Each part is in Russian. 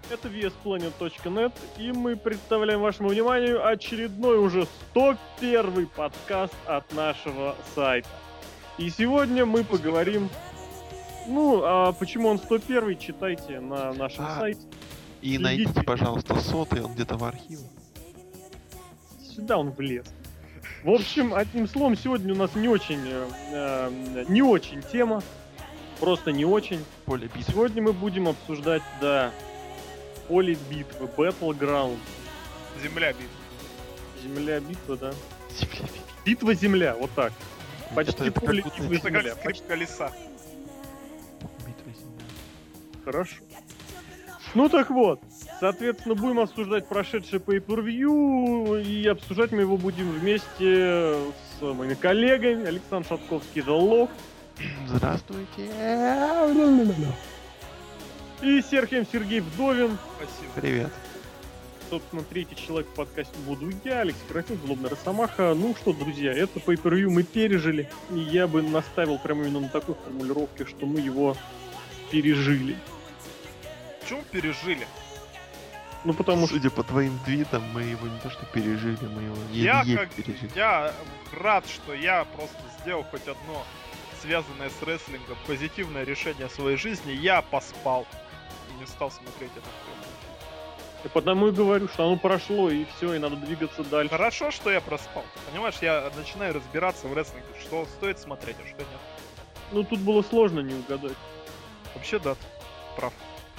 Это VSPlanet.net, и мы представляем вашему вниманию очередной уже 101-й подкаст от нашего сайта. И сегодня мы поговорим... а почему он 101-й, читайте на нашем сайте. И найдите, пожалуйста, 100-й, он где-то в архиве. Сюда он влез. В общем, одним словом, сегодня у нас не очень тема. Просто не очень. Поле битвы. Сегодня мы будем обсуждать, поле битвы, Battleground. Земля битва, да. Битва-земля, вот так. Почти поле битвы земля. Это как скрип колеса. Битва земля. Хорошо. Ну так вот, соответственно, будем обсуждать прошедший pay-per-view, и обсуждать мы его будем вместе с моими коллегами. Александр Шатковский, The Lock. Здравствуйте. И Сергей Вдовин. Спасибо. Привет. Собственно, третий человек в подкасте буду я, Алексей Красин, Злобный Росомаха. Ну что, друзья, это pay-per-view мы пережили, и я бы наставил прямо именно на такой формулировке, что мы его пережили. Почему пережили? Ну, потому что... Судя по твоим твитам, мы его не то что пережили, мы его еле-еле пережили. Я рад, что я просто сделал хоть одно связанное с рестлингом позитивное решение своей жизни. Я поспал и не стал смотреть это. Я потому и говорю, что оно прошло, и все, и надо двигаться дальше. Хорошо, что я проспал. Понимаешь, я начинаю разбираться в рестлинге, что стоит смотреть, а что нет. Ну, тут было сложно не угадать. Вообще, да, прав.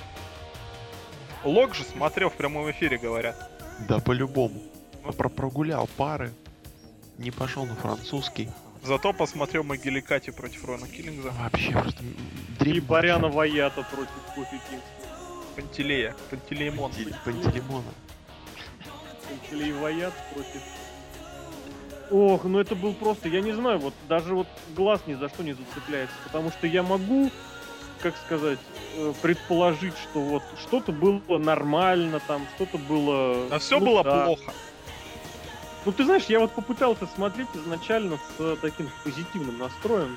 Лок же смотрел в прямом эфире, говорят. Да, по-любому. Ну. Прогулял пары, не пошел на французский. Зато посмотрел Могиликати против Рона Киллингза. Вообще просто... И Баряна Ваята против Кофи Кингстона. Пантелеймон. Пантелеймона. Пантелей Ваят против... Ох, ну это был просто, я не знаю, вот даже вот глаз ни за что не зацепляется, потому что я могу, как сказать, предположить, что вот что-то было нормально там, что-то было... А все было плохо. Ну ты знаешь, я вот попытался смотреть изначально с таким позитивным настроем.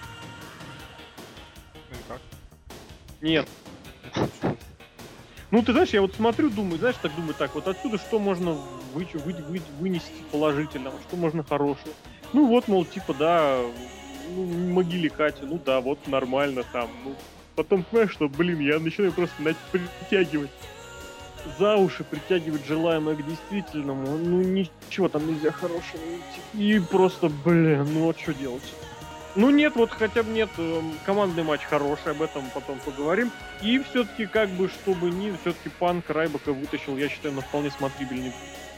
Ну и как? Нет. Ну, ты знаешь, я вот смотрю, думаю, так, вот отсюда что можно вынести положительного, что можно хорошего. Ну, вот, мол, типа, да, Могиликати, ну да, вот нормально там. Ну, потом, понимаешь, что, я начинаю просто притягивать за уши, притягивать желаемое к действительному. Ну, ничего там нельзя хорошего найти. И просто, ну, вот что делать? Ну нет, вот хотя бы нет, командный матч хороший, об этом потом поговорим. И все-таки, чтобы все-таки Панк Райбака вытащил, я считаю, на вполне смотрибельный.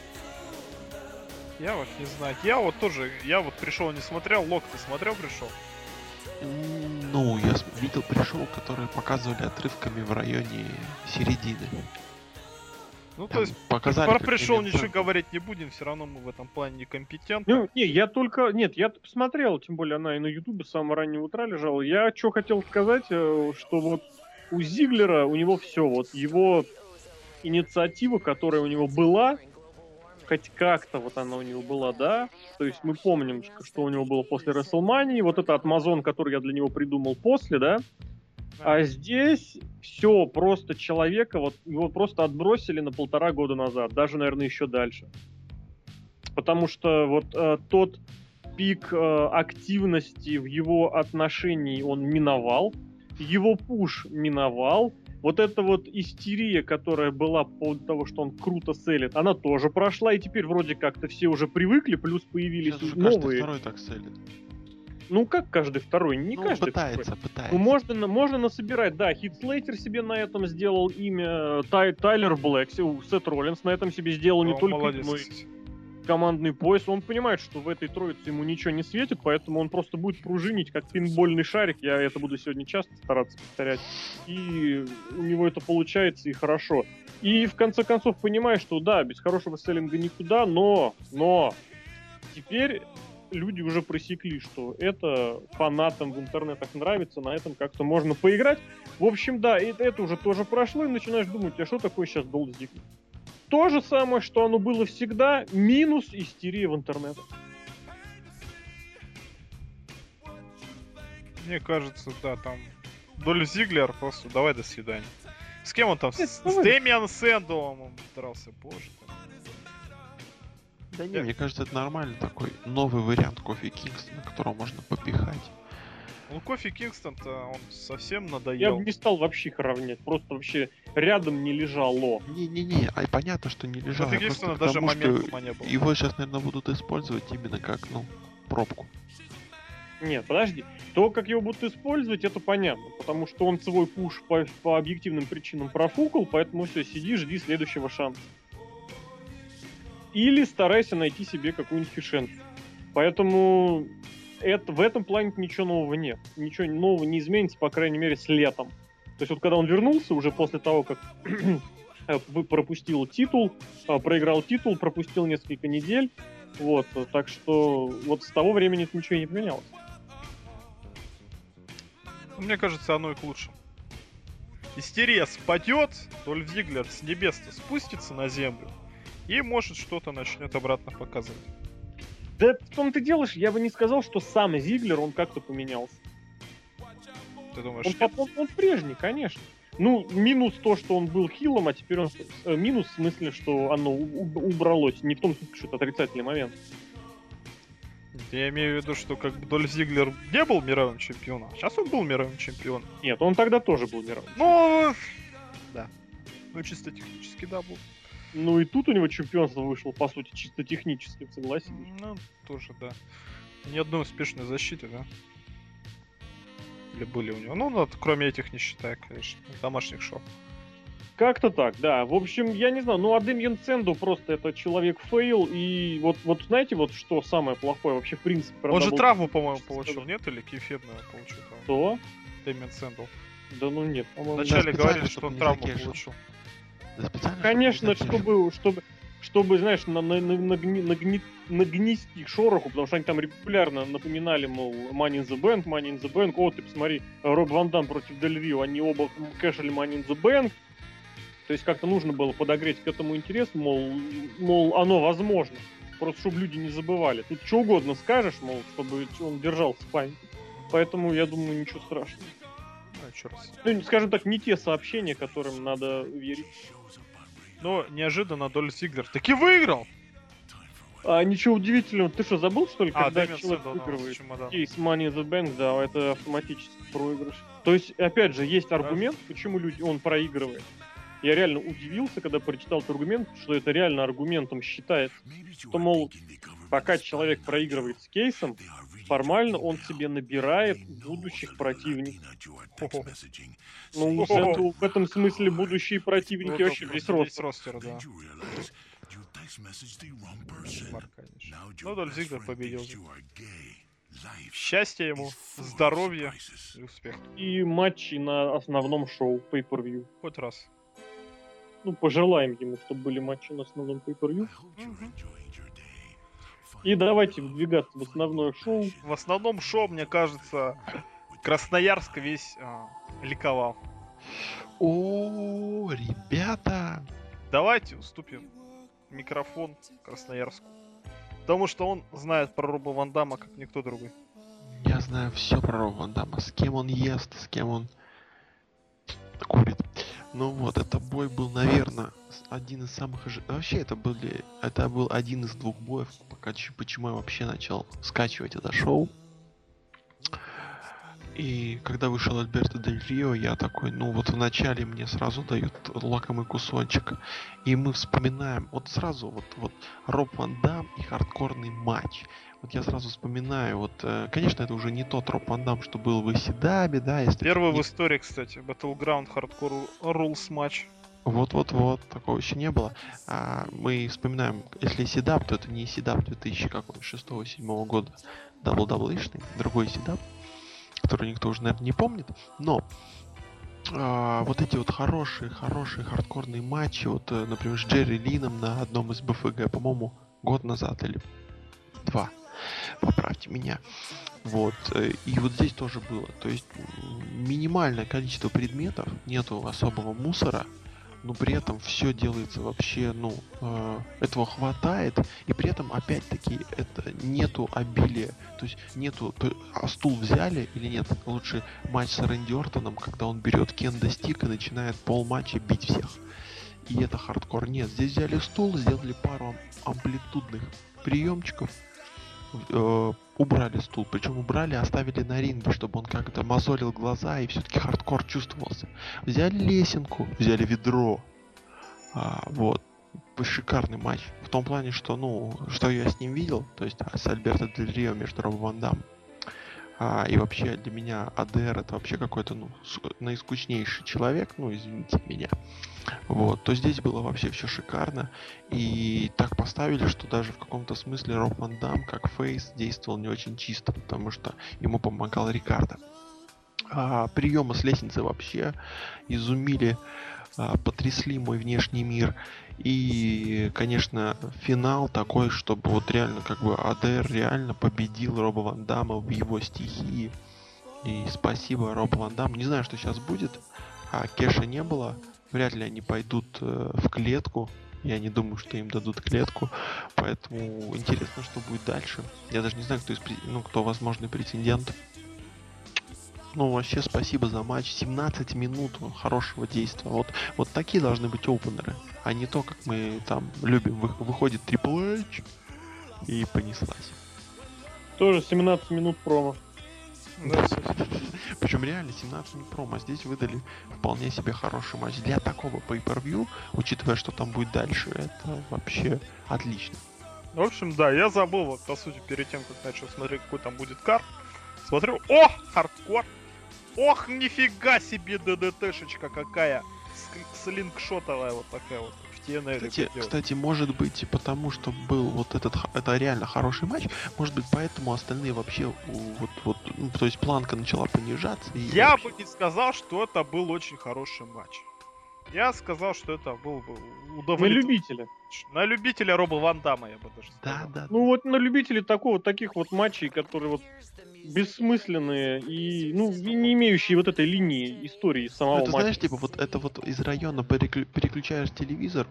Я вот не знаю. Я вот пришел не смотрел. Лок, ты смотрел, пришел? Ну, я видел пришел, которые показывали отрывками в районе середины. Ну, Там то есть, показали, про как пришел элемент. ничего говорить не будем, все равно мы в этом плане некомпетентны. Ну, я посмотрел, тем более она и на Ютубе с самого раннего утра лежала. Я что хотел сказать, что вот у Зиглера, у него все, вот его инициатива, которая у него была, хоть как-то вот она у него была, да, то есть мы помним, что у него было после WrestleMania, вот это Амазон, который я для него придумал после, да. А здесь все, просто человека, вот его просто отбросили на 1,5 года назад, даже, наверное, еще дальше. Потому что вот тот пик активности в его отношении он миновал, его пуш миновал, вот эта вот истерия, которая была по поводу того, что он круто селит, она тоже прошла, и теперь вроде как-то все уже привыкли, плюс появились Сейчас уже новые. каждый второй так селит. Ну, как каждый второй? Не каждый пытается. второй. Ну, можно насобирать, да. Хит Слейтер себе на этом сделал имя, Тайлер Блэк, Сет Роллинс на этом себе сделал не только молодец, но и кстати. командный пояс. Он понимает, что в этой троице ему ничего не светит, поэтому он просто будет пружинить, как пинбольный шарик. Я это буду сегодня часто стараться повторять. И у него это получается, и хорошо. И в конце концов понимаешь, что да, без хорошего селлинга никуда, но теперь... люди уже просекли, что это фанатам в интернетах нравится, на этом как-то можно поиграть. В общем, да, это уже тоже прошло, и начинаешь думать, а что такое сейчас Долл Зиглер? То же самое, что оно было всегда, минус истерия в интернетах. Мне кажется, да, там Дольф Зиглер просто давай до свидания. С кем он там? Нет, С давай. Дэмиан Сэндовым он дрался, боже ты. Да не, мне кажется, это нормально такой новый вариант Кофи Кингстона, которого можно попихать. Ну, Кофи Кингстон-то, он совсем Я надоел. бы не стал вообще их равнять. Просто вообще рядом не лежало. Не-не-не, понятно, что не лежал. Кофи Я просто Кингстона к даже тому, что моментума не было. его сейчас, наверное, будут использовать именно как, пробку. Нет, подожди. То, как его будут использовать, это понятно. Потому что он свой пуш по объективным причинам профукал, поэтому все, сиди, жди следующего шанса. Или старайся найти себе какую-нибудь фишенку. Поэтому в этом плане ничего нового нет. Ничего нового не изменится, по крайней мере, с летом. То есть вот когда он вернулся, уже после того, как пропустил титул, проиграл титул, пропустил несколько недель, вот, так что вот с того времени ничего не поменялось. Ну, мне кажется, оно и к лучшему. Истерия спадет, Дольф Зиглер с небес-то спустится на землю и, может, что-то начнет обратно показывать. Да в том ты делаешь, я бы не сказал, что сам Зиглер, он как-то поменялся. Ты думаешь, Он прежний, конечно. Ну, минус то, что он был хилом, а теперь он... минус в смысле, что оно убралось. Не в том смысле, что это отрицательный момент. я имею в виду, что как бы Дольф Зиглер не был мировым чемпионом, а сейчас он был мировым чемпионом. Нет, он тогда тоже был мировым. Ну, да. Ну, чисто технически, да, был. Ну и тут у него чемпионство вышло, по сути, чисто технически, согласись. Ну, тоже, да. Ни одной успешной защиты, да? Или были у него? Ну, кроме этих не считая, конечно, домашних шоу. Как-то так, да. В общем, я не знаю, ну а Дэмьен Сэндо просто это человек фейл, и вот знаете, вот что самое плохое вообще в принципе... Он же работает- травму, по-моему, получил, нет? Или кифедную получил травму? Что? Дэмиан Сэндл. Да ну нет, по-моему... Вначале специально, говорили, что чтобы он не травму закешил. получил. Да специально, Конечно, чтобы чтобы, знаешь, нагнести шороху, потому что они там регулярно напоминали, мол, Money in the Bank, о, ты посмотри, Роб Ван Дам против Дель Рио, они оба кэшили Money in the Bank, то есть как-то нужно было подогреть к этому интерес, мол, оно возможно, просто чтобы люди не забывали. Тут что угодно скажешь, мол, чтобы он держался в памяти. Поэтому, я думаю, ничего страшного. Ну, еще раз. Ну, скажем так, не те сообщения, которым надо верить. Но неожиданно Дольф Зиглер таки выиграл! А ничего удивительного, ты что, забыл, что ли, когда Дэмиан человек Сэндл, выигрывает чемодан. кейс Money in the Bank, да, это автоматически проигрыш. То есть, опять же, есть аргумент, почему он проигрывает. Я реально удивился, когда прочитал этот аргумент, что это реально аргументом считается. Что, мол, пока человек проигрывает с кейсом, формально он себе набирает будущих противников. Ну, в этом смысле будущие противники Ну, вообще это весь просто ростер. да. Кошмар, конечно. Ну, Дольф Зиглер победил. Счастья ему, здоровья и успеха. И матчи на основном шоу Pay-Per-View. Хоть раз. Ну, пожелаем ему, чтобы были матчи на основном Pay-Per-View. И давайте вдвигаться в основное шоу. В основном шоу, мне кажется, Красноярск весь ликовал. О, ребята! Давайте уступим микрофон Красноярску. Потому что он знает про Роба Ван Дамма, как никто другой. Я знаю все про Роба Ван Дамма, с кем он ест, с кем он курит. Ну вот, это бой был, наверное, один из самых... Вообще, это был один из двух боев, почему я вообще начал скачивать это шоу. И когда вышел Альберто Дель Рио, я такой, ну вот вначале мне сразу дают лакомый кусочек. И мы вспоминаем, вот сразу вот Роб Ван Дам и хардкорный матч. Вот я сразу вспоминаю, конечно, это уже не тот Роб Ван Дам, что был в Исидабе, да, если... Первый в истории, кстати, Battleground Hardcore Rules матч. Вот, такого еще не было. Мы вспоминаем, если Исидаб, то это не Исидаб 2006-2007 года, WWE-шный, другой Исидаб, который никто уже, наверное, не помнит, но вот эти вот хорошие хардкорные матчи, например, с Джерри Лином на одном из БФГ, по-моему, год назад или 2, поправьте меня. Вот, и вот здесь тоже было, то есть минимальное количество предметов, нету особого мусора, но при этом все делается вообще, этого хватает, и при этом, опять-таки, это нету обилия, то есть нету, а стул взяли или нет, лучше матч с Рэнди Ортоном, когда он берет Кенда Стик и начинает полматча бить всех. И это хардкор. Нет, здесь взяли стул, сделали пару амплитудных приемчиков, убрали стул, причем убрали, оставили на ринге, чтобы он как-то мозолил глаза и все-таки хардкор чувствовался. Взяли лесенку, взяли ведро, вот, шикарный матч. В том плане, что, что я с ним видел, то есть с Альберто Дель Рио между Робом Ван Дамом, и вообще для меня АДР это вообще какой-то, наискучнейший человек, извините меня. Вот, то здесь было вообще все шикарно. И так поставили, что даже в каком-то смысле Роб Ван Дам как фейс действовал не очень чисто, потому что ему помогал Рикардо. Приемы с лестницы вообще изумили, потрясли мой внешний мир. И, конечно, финал такой, чтобы вот реально АДР реально победил Роба Ван Дамма в его стихии. И спасибо Робу Ван Дамму. Не знаю, что сейчас будет. Кэша не было. Вряд ли они пойдут в клетку. Я не думаю, что им дадут клетку. Поэтому интересно, что будет дальше. Я даже не знаю, кто возможный претендент. Вообще спасибо за матч. 17 минут хорошего действия. Вот такие должны быть опенеры. А не то, как мы там любим. Выходит Triple H и понеслась. Тоже 17 минут промо. Да, Причем реально 17 минут промо. Здесь выдали вполне себе хороший матч. Для такого pay-per-view, учитывая, что там будет дальше, это вообще отлично. В общем, да, я забыл, вот, по сути, перед тем, как начал смотреть, какой там будет карт. Смотрю, хардкор! Ох, нифига себе ДДТшечка какая! Слингшотовая вот такая вот. В TNA. Кстати, может быть, потому что был это реально хороший матч, может быть, поэтому остальные вообще, то есть планка начала понижаться. Я вообще... бы не сказал, что это был очень хороший матч. Я сказал, что это был бы На любителя. На любителя Роба Ван Дамма, я бы даже сказал. Да. На любителей таких вот матчей, которые бессмысленные и, не имеющие вот этой линии истории самого матча. Ты знаешь, это из района переключаешь телевизор,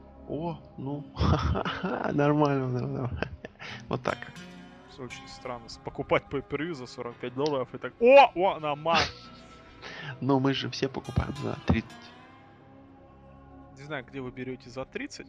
нормально. Вот так. Все очень странно. Покупать pay-per-view за $45 и так, на матч. Но мы же все покупаем за 30. Не знаю, где вы берете за 30.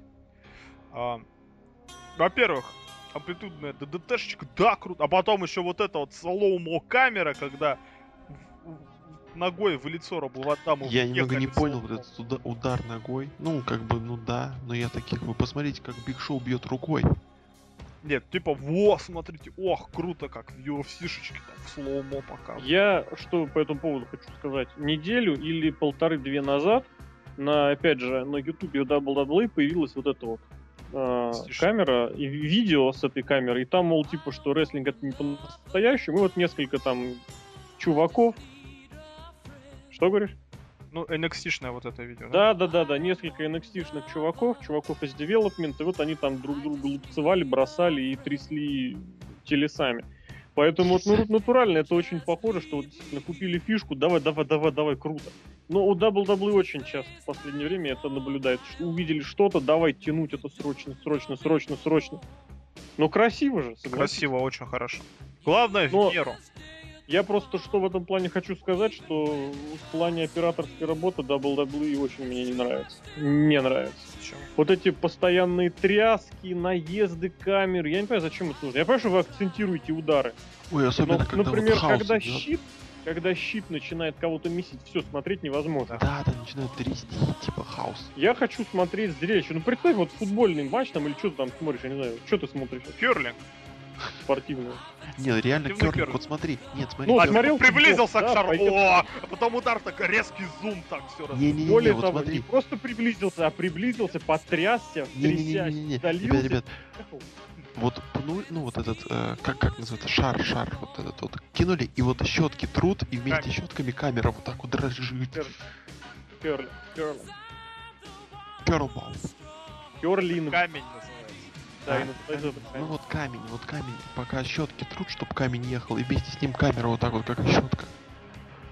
Во-первых, амплитудная ДДТшечка, да, круто. А потом еще вот эта вот слоумо камера, когда ногой в лицо Робу Ван Дамму. Я немного не понял вот этот удар ногой. Да. Но я вы посмотрите, как Биг Шоу бьет рукой. Нет, смотрите, круто, как в UFC-шечке там в слоумо показывают. Я что по этому поводу хочу сказать. Неделю или 1,5-2 назад опять же, на YouTube WWE появилась вот эта вот камера и видео с этой камерой. И там, мол, что рестлинг это не по-настоящему. И вот несколько там чуваков. Что говоришь? NXT-шное вот это видео, да? Да. Несколько NXT-шных чуваков из Development. И вот они там друг друга лупцевали, бросали и трясли телесами. Поэтому натурально это очень похоже, что действительно купили фишку, давай, круто. Но у WWE очень часто в последнее время это наблюдается, что увидели что-то, давай тянуть это срочно. Но красиво же, согласись. Красиво, очень хорошо. Главное в меру. Я просто что в этом плане хочу сказать, что в плане операторской работы WWE очень мне не нравится. Не нравится. Почему? Вот эти постоянные тряски, наезды камер. Я не понимаю, зачем это нужно. Я понимаю, что вы акцентируете удары. Ой, особенно когда например, хаос когда щит начинает кого-то месить, все смотреть невозможно. Да, начинают трясти, типа хаос. Я хочу смотреть зрелище. Представь, вот футбольный матч там, или что ты там смотришь, я не знаю, что ты смотришь? Керлинг. Спортивный. Не, реально керлинг, вот смотри. Нет, смотри. Смотрел приблизился футбол, к шару, пойдет. а потом удар так, резкий зум так все раз. Более вот того, смотри. не просто приблизился, а приблизился, потрясся, трясясь, залился. Ребят, вот пнули, вот этот, как называется, шар, вот этот вот, кинули, и вот щетки трут, и вместе с щетками камера вот так вот дрожит. Керлинг. Керлбол. Керлинг. Камень называется. Да, вот камень, пока щетки трут, чтобы камень ехал, и вместе с ним камера вот так вот, как щетка. И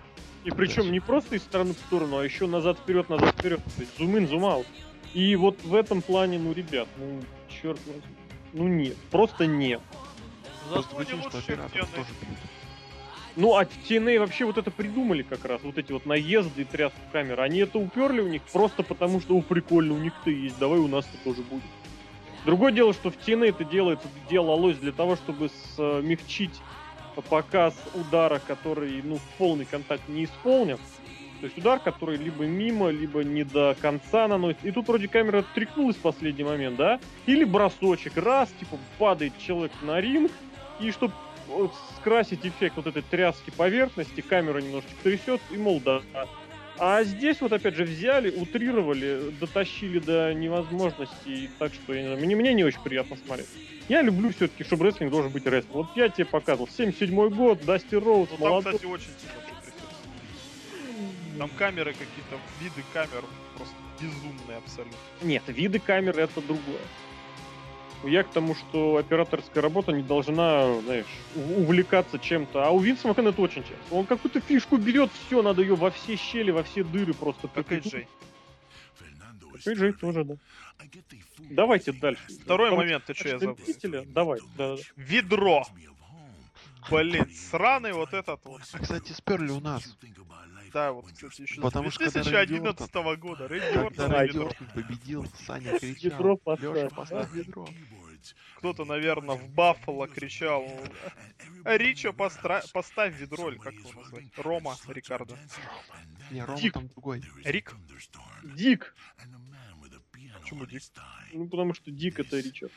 И причем не просто из стороны в сторону, а еще назад-вперед. То есть зум-ин, зум-аут. И вот в этом плане, ну, ребят, ну, черт возьми. Ну, нет. Просто нет. Просто Зато прикинь, не что лучше операторов TNA. тоже бьют. Ну, а TNA вообще вот это придумали как раз. Вот эти вот наезды и тряску камеры. Они это уперли у них просто потому, что, прикольно, у них-то есть, давай у нас-то тоже будет. Другое дело, что в TNA это делалось для того, чтобы смягчить показ удара, который, ну, в полный контакт не исполнен. То есть удар, который либо мимо, либо не до конца наносит. И тут вроде камера тряхнулась в последний момент, да? Или бросочек. Раз, типа, падает человек на ринг. И чтобы скрасить эффект вот этой тряски поверхности, камера немножечко трясет, и мол, да. А здесь вот опять же взяли, утрировали, дотащили до невозможности. Так что, я не знаю, мне не очень приятно смотреть. Я люблю все-таки, чтобы рестлинг должен быть рестлинг. Вот я тебе показывал. 77-й год, Дасти Роуз, Ну там, молодой. кстати, очень сильно все трясется. Там камеры какие-то, виды камер просто безумные абсолютно. Нет, виды камер это другое. Я к тому, что операторская работа не должна, знаешь, увлекаться чем-то. А у Винса Макмена это очень часто. Он какую-то фишку берет, все, надо ее во все щели, во все дыры просто. Как AJ. AJ тоже, да. Давайте дальше. Второй Потому момент, ты что, я забыл? Мстителя? Давай, да. Ведро. Блин, сраный вот этот вот. А, кстати, сперли у нас. Да, вот, кстати, еще Потому с что когда 2011 года. Рэнди Когда Ортон и Рэнди ведро. Ортон победил, Саня Ведро кричал. поставь. Леша, поставь ведро. Кто-то, наверное, в Баффало кричал: Ричо, поставь ведро, или как его назвать? Рома Рикардо. Не, Рома Дик. там другой. Рик? Дик. Почему Дик? Ну, потому что Дик это Ричард.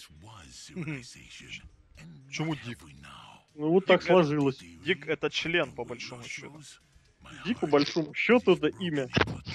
Почему Дик? Ну, вот так Дик сложилось. Дик это член, по большому счету. Дик, по большому счету, это имя.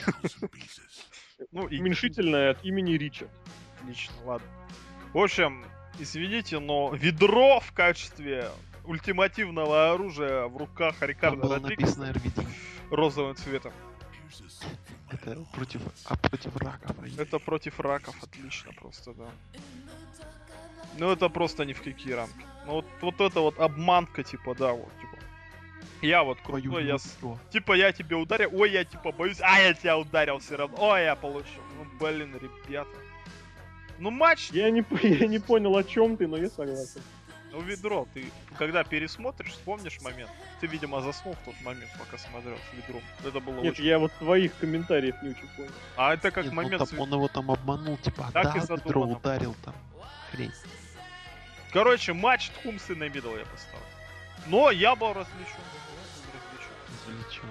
Ну, и Уменьшительное от имени Ричард. отлично, ладно. В общем, извините, но ведро в качестве ультимативного оружия в руках Там Рикардо было Родригеса написано RVD. розовым цветом. Это против раков. Это против раков, отлично просто, да. Ну это просто ни в какие рамки. Ну вот это вот обманка, типа, да, вот, типа. Я вот крутой, типа я тебе ударил, ой, я типа боюсь, я тебя ударил все равно, ой, я получил. Ну блин, ребята. Ну матч, Я не понял, о чем ты, но я согласен. ну ведро, ты когда пересмотришь, вспомнишь момент. Ты, видимо, заснул в тот момент, пока смотрел с ведром. Это было Нет, очень... я вот твоих комментариев не очень понял. А это как Нет, момент... он его там обманул, типа, Так и да, ведро задумано. ударил там. Хрень. Короче, матч Тхумсы на мидл я поставил. Но я был развлечен. Извлечен.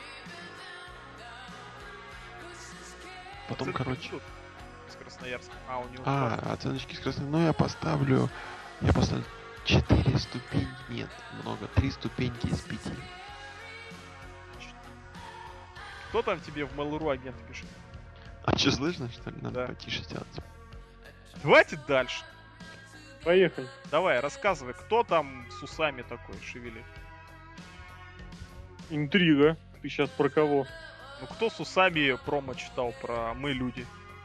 Потом, Оценки короче... идут с Красноярска. У него Оценочки с красным. Ну, я поставлю 4 ступеньки. Нет, много. 3 ступеньки из 5. Кто там тебе в Mail.ru агент пишет? А что, слышно, что ли? Надо Да. потише сделать. Давайте дальше. Поехали. Давай, рассказывай, кто там с усами такой шевелит? Интрига. Ты сейчас про кого? Ну кто с усами промо читал про «Мы люди»?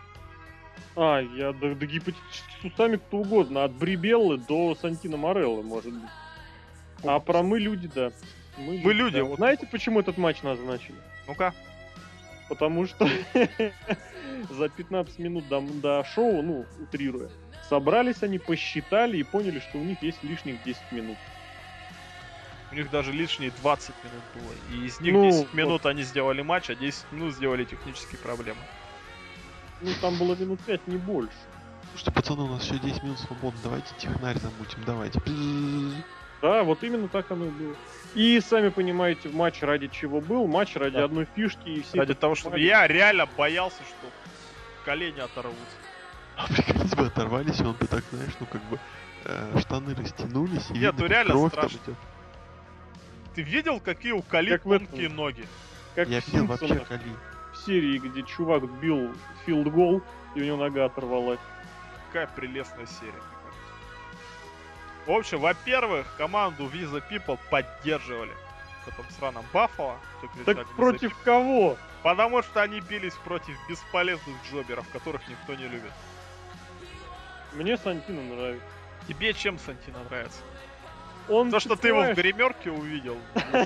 Я до гипотетически с усами кто угодно. От Брибеллы до Сантино Мореллы, может быть. А про мы люди, да. Мы люди, да. вот. Знаете, почему этот матч назначили? Ну-ка. Потому что за 15 минут до шоу, ну, утрируя, собрались они, посчитали и поняли, что у них есть лишних 10 минут. У них даже лишние 20 минут было. И из них Ну, 10 минут они сделали матч, а 10 минут сделали технические проблемы. Ну, там было минут 5, не больше. Что, пацаны, у нас еще 10 минут свободно. Давайте технарь замутим, давайте. Да, вот именно так оно и было. И сами понимаете, матч ради чего был? Матч ради Да. одной фишки. И все Ради это того, что понимали. я реально боялся, что колени оторвутся. А прикольно бы оторвались, и он бы так, знаешь, ну как бы штаны растянулись, и Нет, видно, ну как реально кровь там страшно. идет. Ты видел, какие у Кали Как в этом. тонкие ноги? Как Я в видел вообще «Симпсонах» Кали. в серии, где чувак бил филд-гол, и у него нога оторвалась. Какая прелестная серия, мне кажется. В общем, во-первых, команду Visa People поддерживали. В этом сраном Баффало. Так против кого? Потому что они бились против бесполезных джоберов, которых никто не любит. Мне Сантино нравится. Тебе чем Сантино нравится? Он, То, что ты его в понимаешь, гримерке увидел.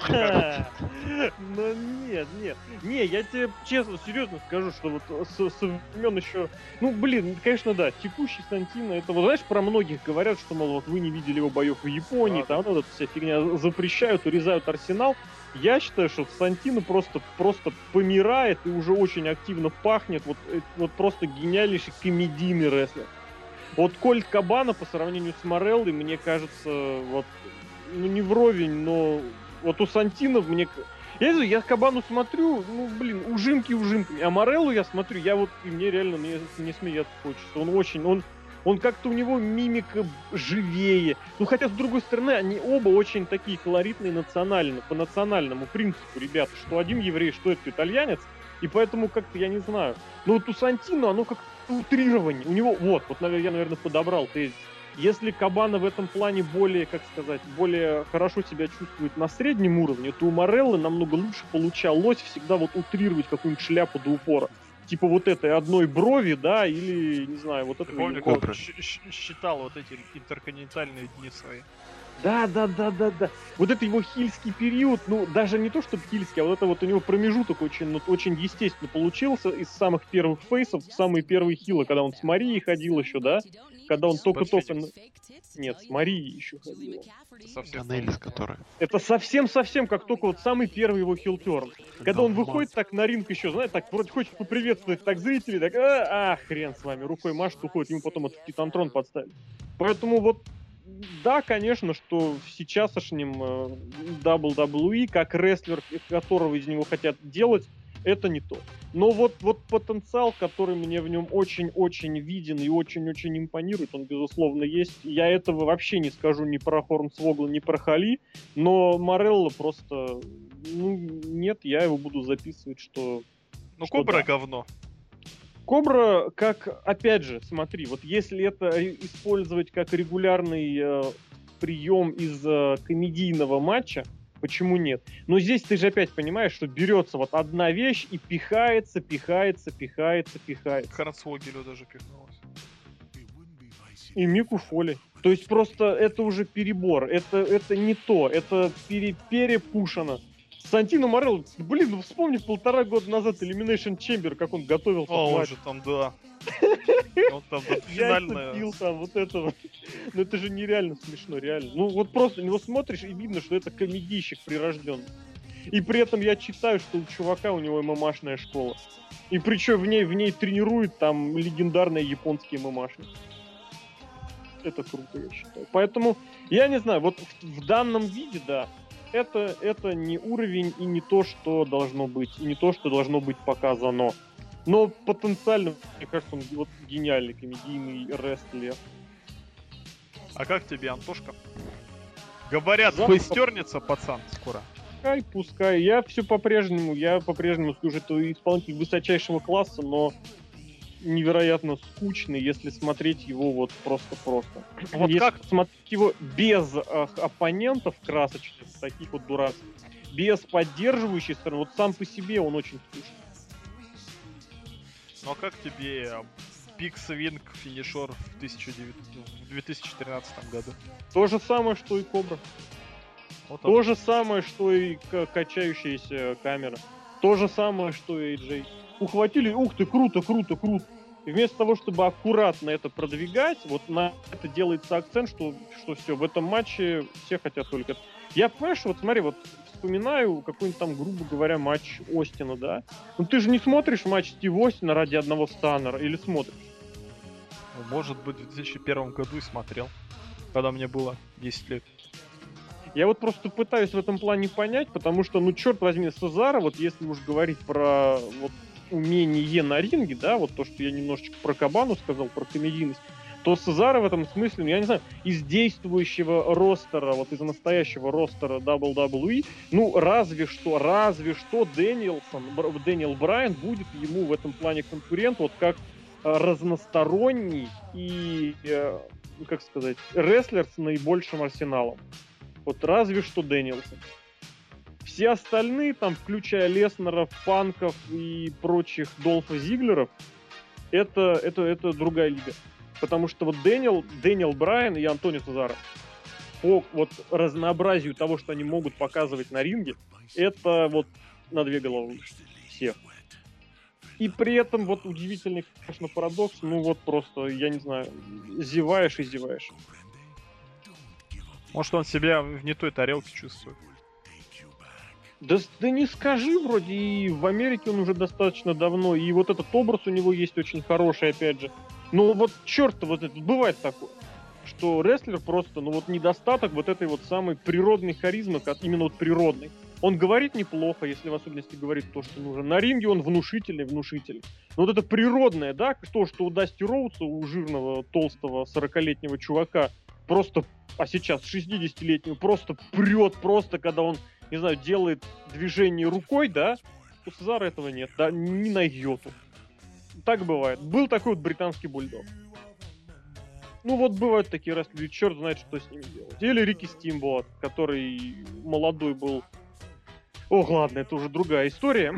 Ну нет. Не, я тебе честно, серьезно скажу, что вот со времен еще... Ну, блин, конечно, да, текущий Сантино, это, вот знаешь, про многих говорят, что, мол, вот вы не видели его боев в Японии, Да, там вот эта вся фигня, запрещают, урезают арсенал. Я считаю, что Сантино просто помирает и уже очень активно пахнет вот просто гениальнейший комедийный рестлер. Вот Кольт Кабана по сравнению с Мореллой, мне кажется, вот, ну не вровень, но вот у Сантино я Кабану смотрю, ну, блин, ужимками, а Мореллу я смотрю, и мне реально не смеяться хочется. Он как-то у него мимика живее. Ну, хотя, с другой стороны, они оба очень такие колоритные национальные, по национальному принципу, ребята, что один еврей, что это итальянец, и поэтому как-то, я не знаю. Но вот у Сантино оно как-то утрирование. У него, я, наверное, подобрал тезис. Если Кабана в этом плане более, как сказать, более хорошо себя чувствует на среднем уровне, то у Мореллы намного лучше получалось всегда вот утрировать какую-нибудь шляпу до упора. Типа вот этой одной брови, да, или, не знаю, вот Ты этого... помнишь, Кобры. как считал вот эти интерконтинентальные дни свои? Да. Вот это его хильский период, ну, даже не то, чтобы хильский, а вот это вот у него промежуток очень естественно получился из самых первых фейсов в самые первые хилы, когда он с Марией ходил еще, да? Когда он только-только... Нет, с Марией еще ходил. Это совсем Канелис, который. Это совсем как только вот самый первый его хилтерн. Когда он выходит так на ринг еще, знаешь, так вроде хочет поприветствовать так зрителей, так, хрен с вами, рукой машет, уходит, ему потом этот титантрон подставить. Поэтому вот да, конечно, что в сейчасшнем WWE, как рестлер, которого из него хотят делать, это не то. Но вот потенциал, который мне в нем очень-очень виден и очень-очень импонирует, он, безусловно, есть. Я этого вообще не скажу ни про Хорнсвогла, ни про Хали, но Морелло просто... Ну, нет, я его буду записывать, что... Ну, что Кобра да. говно. Кобра, как, опять же, смотри, вот если это использовать как регулярный прием из комедийного матча, почему нет? Но здесь ты же опять понимаешь, что берется вот одна вещь и пихается. Хорнсвогелю даже пихнулось. И Мику Фоли. То есть просто это уже перебор, это не то, это перепушено. Сантино Морелло, блин, ну вспомни 1,5 года назад Elimination Chamber, как он готовился к О, он матчу. же там, да. Он там Яйца финальная... пил там, вот это вот. Ну это же нереально смешно, реально. Ну вот просто, его смотришь и видно, что это комедийщик прирожденный. И при этом я читаю, что у чувака, у него ММАшная школа. И причем в ней тренируют там легендарные японские ММАшники. Это круто, я считаю. Поэтому, я не знаю, вот в данном виде, да, это не уровень и не то, что должно быть, и не то, что должно быть показано. Но потенциально, мне кажется, он вот гениальный комедийный рестлер. А как тебе, Антошка? Говорят, Запах. фейстернется пацан скоро. Пускай. Я по-прежнему скажу, это исполнитель высочайшего класса, но невероятно скучный, если смотреть его вот просто. Вот если как? смотреть его без оппонентов красочных, таких вот дурацких, без поддерживающей стороны, вот сам по себе он очень скучный. Ну а как тебе Big Swing финишер в 2013 году? То же самое, что и Кобра. Вот То же самое, что и качающаяся камера. То же самое, что и AJ. Ухватили, ух ты, круто. И вместо того, чтобы аккуратно это продвигать, вот на это делается акцент, что все, в этом матче все хотят только... Я, понимаешь, вот смотри, вот вспоминаю какой-нибудь там, грубо говоря, матч Остина, да? Ну ты же не смотришь матч Стива Остина ради одного станнера, или смотришь? Ну, может быть, в 2001 году и смотрел, когда мне было 10 лет. Я вот просто пытаюсь в этом плане понять, потому что, ну, черт возьми, Сезаро, вот если уж говорить про вот умение на ринге, да, вот то, что я немножечко про Кабану сказал, про комедийность, то Сезаро в этом смысле, ну, я не знаю, из действующего ростера, вот из настоящего ростера WWE, ну, разве что Дэниел Брайан будет ему в этом плане конкурент, вот как разносторонний и, как сказать, рестлер с наибольшим арсеналом. Вот разве что Дэниелсон. Все остальные, там, включая Леснеров, Панков и прочих Долфа Зиглеров, это другая лига. Потому что вот Дэниел Брайан и Антонио Сезаро. по вот разнообразию того, что они могут показывать на ринге, это вот на 2 головы выше всех. И при этом вот удивительный, конечно, парадокс, ну вот просто, я не знаю, зеваешь и зеваешь. Может, он себя в не той тарелке чувствует. Да не скажи, вроде и в Америке он уже достаточно давно, и вот этот образ у него есть очень хороший, опять же. Но вот черт, вот это бывает такое, что рестлер просто, ну вот недостаток вот этой вот самой природной харизмы, именно вот природной. Он говорит неплохо, если в особенности говорит то, что нужно. На ринге он внушительный. Но вот это природное, да, то, что у Дасти Роудса, у жирного, толстого, 40-летнего чувака, просто, а сейчас 60-летнего, просто прет, просто, когда он, не знаю, делает движение рукой, да, у Сезара этого нет, да, ни на йоту. Так бывает. Был такой вот британский бульдог. Ну вот бывают такие рестлеры, черт знает, что с ними делать. Или Рики Стимбот, который молодой был. Ох, ладно, это уже другая история.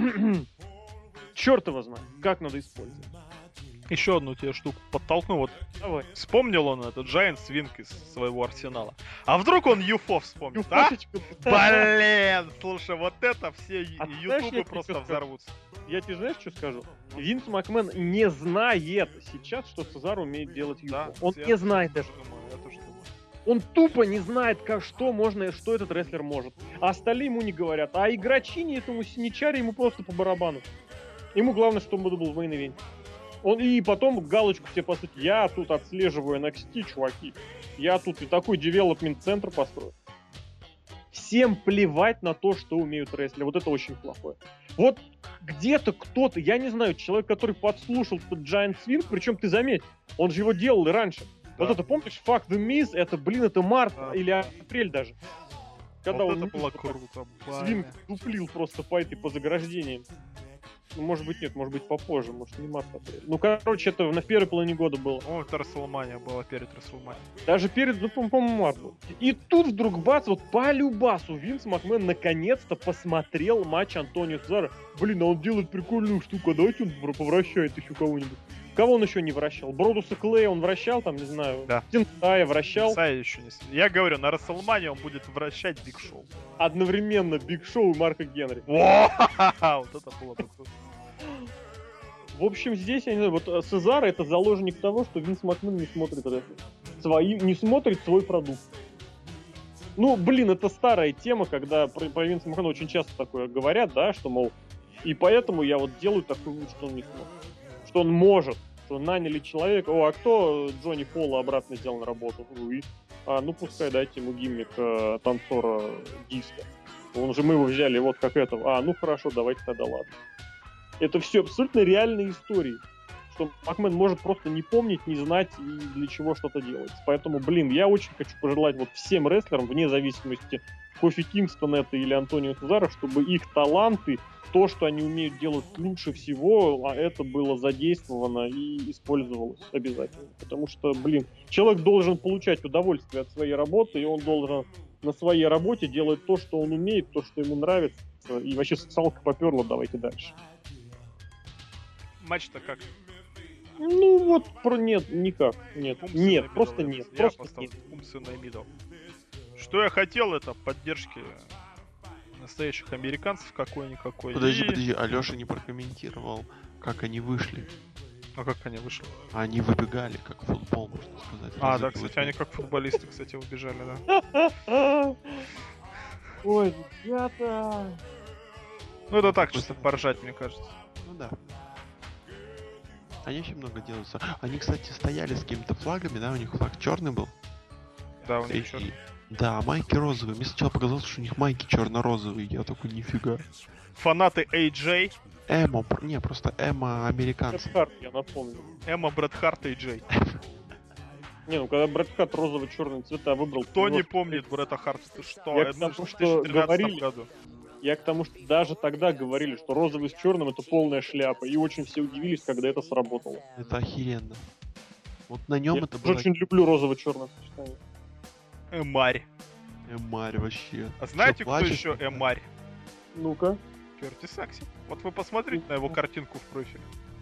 Черт его знает, как надо использовать. Еще одну тебе штуку подтолкну. Вот Давай. вспомнил он этот Giant Swing из своего арсенала. А вдруг он UFO вспомнит, а? Юфошечку. Блин, слушай, вот это все А ты знаешь, ютубы я просто тебе взорвутся. Я тебе знаешь, что скажу? Винс Макмен не знает сейчас, что Цезар умеет делать юфо. Он я не знает тоже этого. думаю, я тоже думаю. Он тупо не знает, что можно, что этот рестлер может. А остальные ему не говорят. А игрочине этому синичаре ему просто по барабану. Ему главное, чтобы он был в мейн-ивенте. Он и потом галочку себе поставить. Я тут отслеживаю NXT, чуваки. Я тут и такой девелопмент-центр построю. Всем плевать на то, что умеют рестлеры. Вот это очень плохое. Вот где-то кто-то, я не знаю, человек, который подслушал этот Giant Swing, причем ты заметь, он же его делал и раньше. Да. Вот это, помнишь, Fuck the Miz, это, блин, это март или апрель даже. Когда вот он это было Мизу круто. Свинг дуплил просто по этой, по заграждениям. Ну, может быть, нет, может быть, попозже, может, не март, апрель. Ну, короче, это на первой половине года было. О, это Расселмания была перед Расселманией. Даже перед, ну, по-моему, март был. И тут вдруг бац, вот по любасу Винс Макмен наконец-то посмотрел матч Антонио Сезара. Блин, а он делает прикольную штуку, а давайте он повращает еще кого-нибудь. Кого он еще не вращал? Бродуса Клея он вращал, там, не знаю, Да. Тинтая вращал. Сай еще не... Я говорю, на Расселмании он будет вращать Биг Шоу. Одновременно Биг Шоу и Марка Генри. Вот это было бы круто. В общем, здесь, я не знаю, вот Сезар это заложник того, что Винс Макмен не смотрит рестлинг. Не смотрит свой продукт. Ну, блин, это старая тема, когда про Винса Макмена очень часто такое говорят, да, что, мол, и поэтому я вот делаю такой вывод, что он не смотрит. Что он может, что наняли человека. О, а кто Джонни Пола обратно сделал на работу? Вы. Ну пускай дайте ему гиммик танцора диска. Мы его взяли вот как этого. Ну хорошо, давайте тогда ладно. Это все абсолютно реальные истории. Что Макмен может просто не помнить, не знать и для чего что-то делать. Поэтому, блин, я очень хочу пожелать вот всем рестлерам, вне зависимости, Кофи Кингстона это или Антонио Сезара, чтобы их таланты, то, что они умеют делать лучше всего, это было задействовано и использовалось обязательно. Потому что, блин, человек должен получать удовольствие от своей работы, и он должен на своей работе делать то, что он умеет, то, что ему нравится. И вообще социалка поперла, давайте дальше. Матч-то как? Ну вот, нет, никак. Нет, нет, просто нет. Я Просто поставлю нет. умственный мидл. Что я хотел, это поддержки настоящих американцев какой-никакой. Подожди, Алёша не прокомментировал, как они вышли. А как они вышли? Они выбегали, как футбол, можно сказать. Да, кстати, они как футболисты, кстати, убежали, да. Ой, ребята. Ну это так, чисто поржать, мне кажется. Ну да. Они очень много делают. Они, кстати, стояли с какими-то флагами, да, у них флаг черный был. Да, у них черный. Да, майки розовые. Мне сначала показалось, что у них майки черно-розовые. Я такой, нифига. Фанаты AJ. Эмо, не, просто эмо американцы. Брэд Харт, я напомню. Эмма, Брэд Харт, AJ. Не, ну когда Брэд Харт розово-черные цвета выбрал... Кто не помнит Брэда Харта? Ты что? Я Это к тому, в что 2013 говорили. году. Я к тому, что даже тогда говорили, что розовый с черным это полная шляпа. И очень все удивились, когда это сработало. Это охеренно. Вот на нем Я это было... очень люблю розово-черное сочетание. Эмарь. Эмарь вообще. А знаете, Что, кто плачет? еще Эмарь? Ну-ка. Кертис Сакси. Вот вы посмотрите на его картинку в профиле.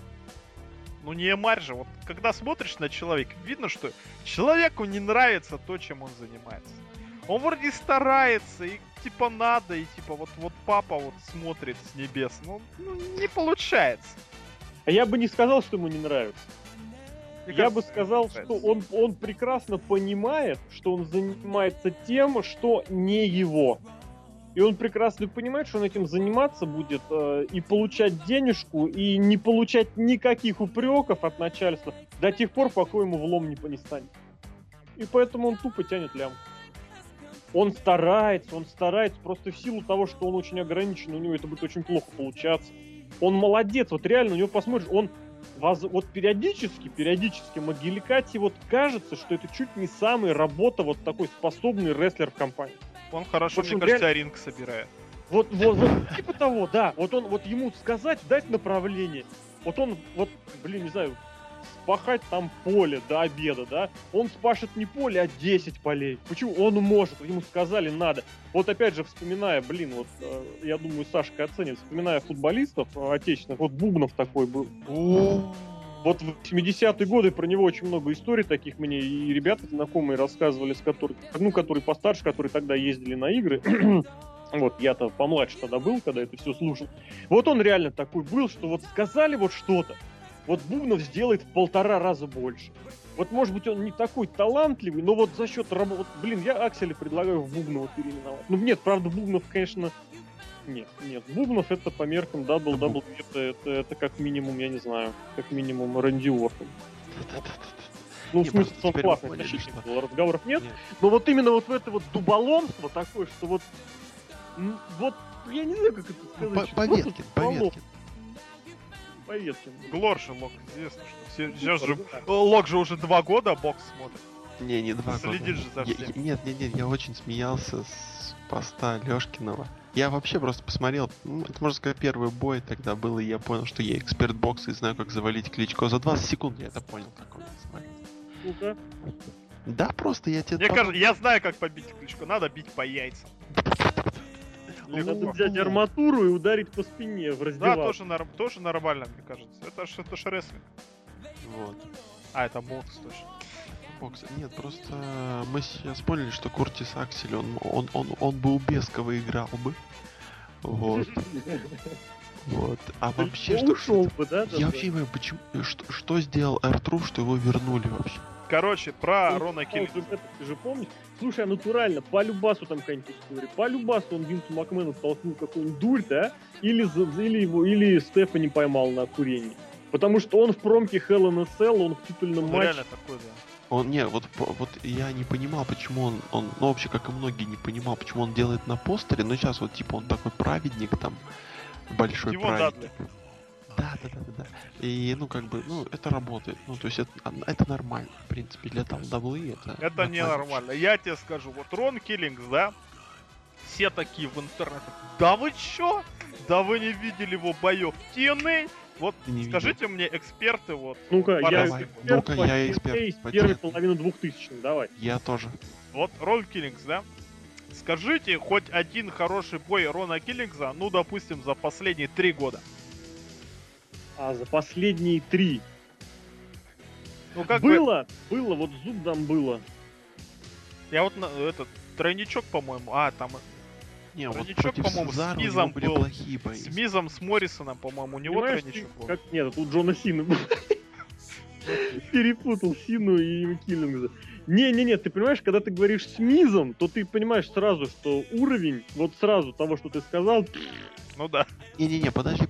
Ну не Эмарь же. Вот когда смотришь на человека, видно, что человеку не нравится то, чем он занимается. Он вроде старается, и типа надо, и типа вот папа вот смотрит с небес. Ну, не получается. А я бы не сказал, что ему не нравится. Мне Я кажется, бы сказал, не что нравится. он прекрасно понимает, что он занимается тем, что не его. И он прекрасно понимает, что он этим заниматься будет и получать денежку, и не получать никаких упреков от начальства до тех пор, пока ему влом не станет. И поэтому он тупо тянет лямку. Он старается, просто в силу того, что он очень ограничен, у него это будет очень плохо получаться. Он молодец, вот реально, у него посмотришь, он вот периодически Могиликати вот кажется, что это чуть не самая работа вот такой способный рестлер в компании. Он хорошо, Вот мне он кажется, ринг собирает. Вот, типа того, да. Вот ему сказать, дать направление. Не знаю, спахать там поле до обеда, да. Он спашет не поле, а 10 полей. Почему? Он может, ему сказали, надо. Вот опять же, вспоминая, я думаю, Сашка оценит, вспоминая футболистов отечественных, вот Бубнов такой был. Вот в 80-е годы про него очень много историй таких мне и ребята знакомые рассказывали, которые постарше, которые тогда ездили на игры. Вот, я-то помладше тогда был, когда это все слушал. Вот он реально такой был, что вот сказали вот что-то, вот Бубнов сделает в 1,5 раза больше. Вот, может быть, он не такой талантливый, но вот за счет работы... Я Акселя предлагаю в Бубнова переименовать. Ну, нет, правда, Бубнов, конечно... Нет. Бубнов это по меркам WWE, это как минимум, я не знаю, как минимум Рэнди Уортон. Ну, в смысле, он классный защитник, разговоров нет. Но вот именно вот в это вот дуболомство такое, что вот я не знаю, как это сказать. Поветкин. Глор же Лок, известно, что сейчас же Лок же уже 2 года бокс смотрит. Не 2 года. Следишь же за всем. Нет, я очень смеялся с поста Лёшкиного. Я вообще просто посмотрел, это можно сказать первый бой тогда был, и я понял, что я эксперт бокса и знаю, как завалить Кличко. За 20 секунд я это понял, как он смотрит. Ну-ка. Да, просто я тебе... Мне кажется, я знаю, как побить Кличко, надо бить по яйцам. Надо взять арматуру и ударить по спине в раздевалке. Да, тоже нормально, мне кажется. Это ж рестлинг. Вот. А, это бокс точно. Бокс. Нет, просто мы сейчас поняли, что Куртис Аксель, он бы у Бескова играл бы. Вот. Вот. А вообще, что... Ушел бы, да? Я вообще не понимаю, почему... Что сделал R-Truth, что его вернули вообще? Короче, про Рона Киллинга. Ты же помнишь? Слушай, натурально, по любасу там какая-нибудь история. По любасу он Винсу Макмену толкнул какую-нибудь дурь, да? Или Стефани поймал на курении. Потому что он в промке Hell in a Cell, он в титульном матче. Реально такой, да. Вот я не понимал, почему он, ну вообще, как и многие, не понимал, почему он делает на постере, но сейчас вот типа он такой праведник там, большой Его праведник. Да. И, это работает. Ну, то есть это нормально, в принципе, для WWE это... Это ненормально. Я тебе скажу, вот Рон Киллингс, да, все такие в интернете. Да вы чё? Да вы не видели его боев в TNA? Вот скажите мне, эксперты, вот. Ну-ка, я эксперт из первой половины 2000-х, давай. Я тоже. Вот Рон Киллингс, да? Скажите хоть один хороший бой Рона Киллингса, ну, допустим, за последние 3 года. А, за последние 3. Ну, как было, вот Зубдам было. Я вот этот тройничок, по-моему, там... Не, вот тройничок, против по-моему, Сезара с Мизом были был. плохие бои. С Мизом, с Моррисоном, по-моему, у него тройничок был. Нет, тут Джона Сина был. Перепутал Сину и Киллингса. Не, ты понимаешь, когда ты говоришь с Мизом, то ты понимаешь сразу, что уровень, вот сразу того, что ты сказал... Ну да. Не, подожди.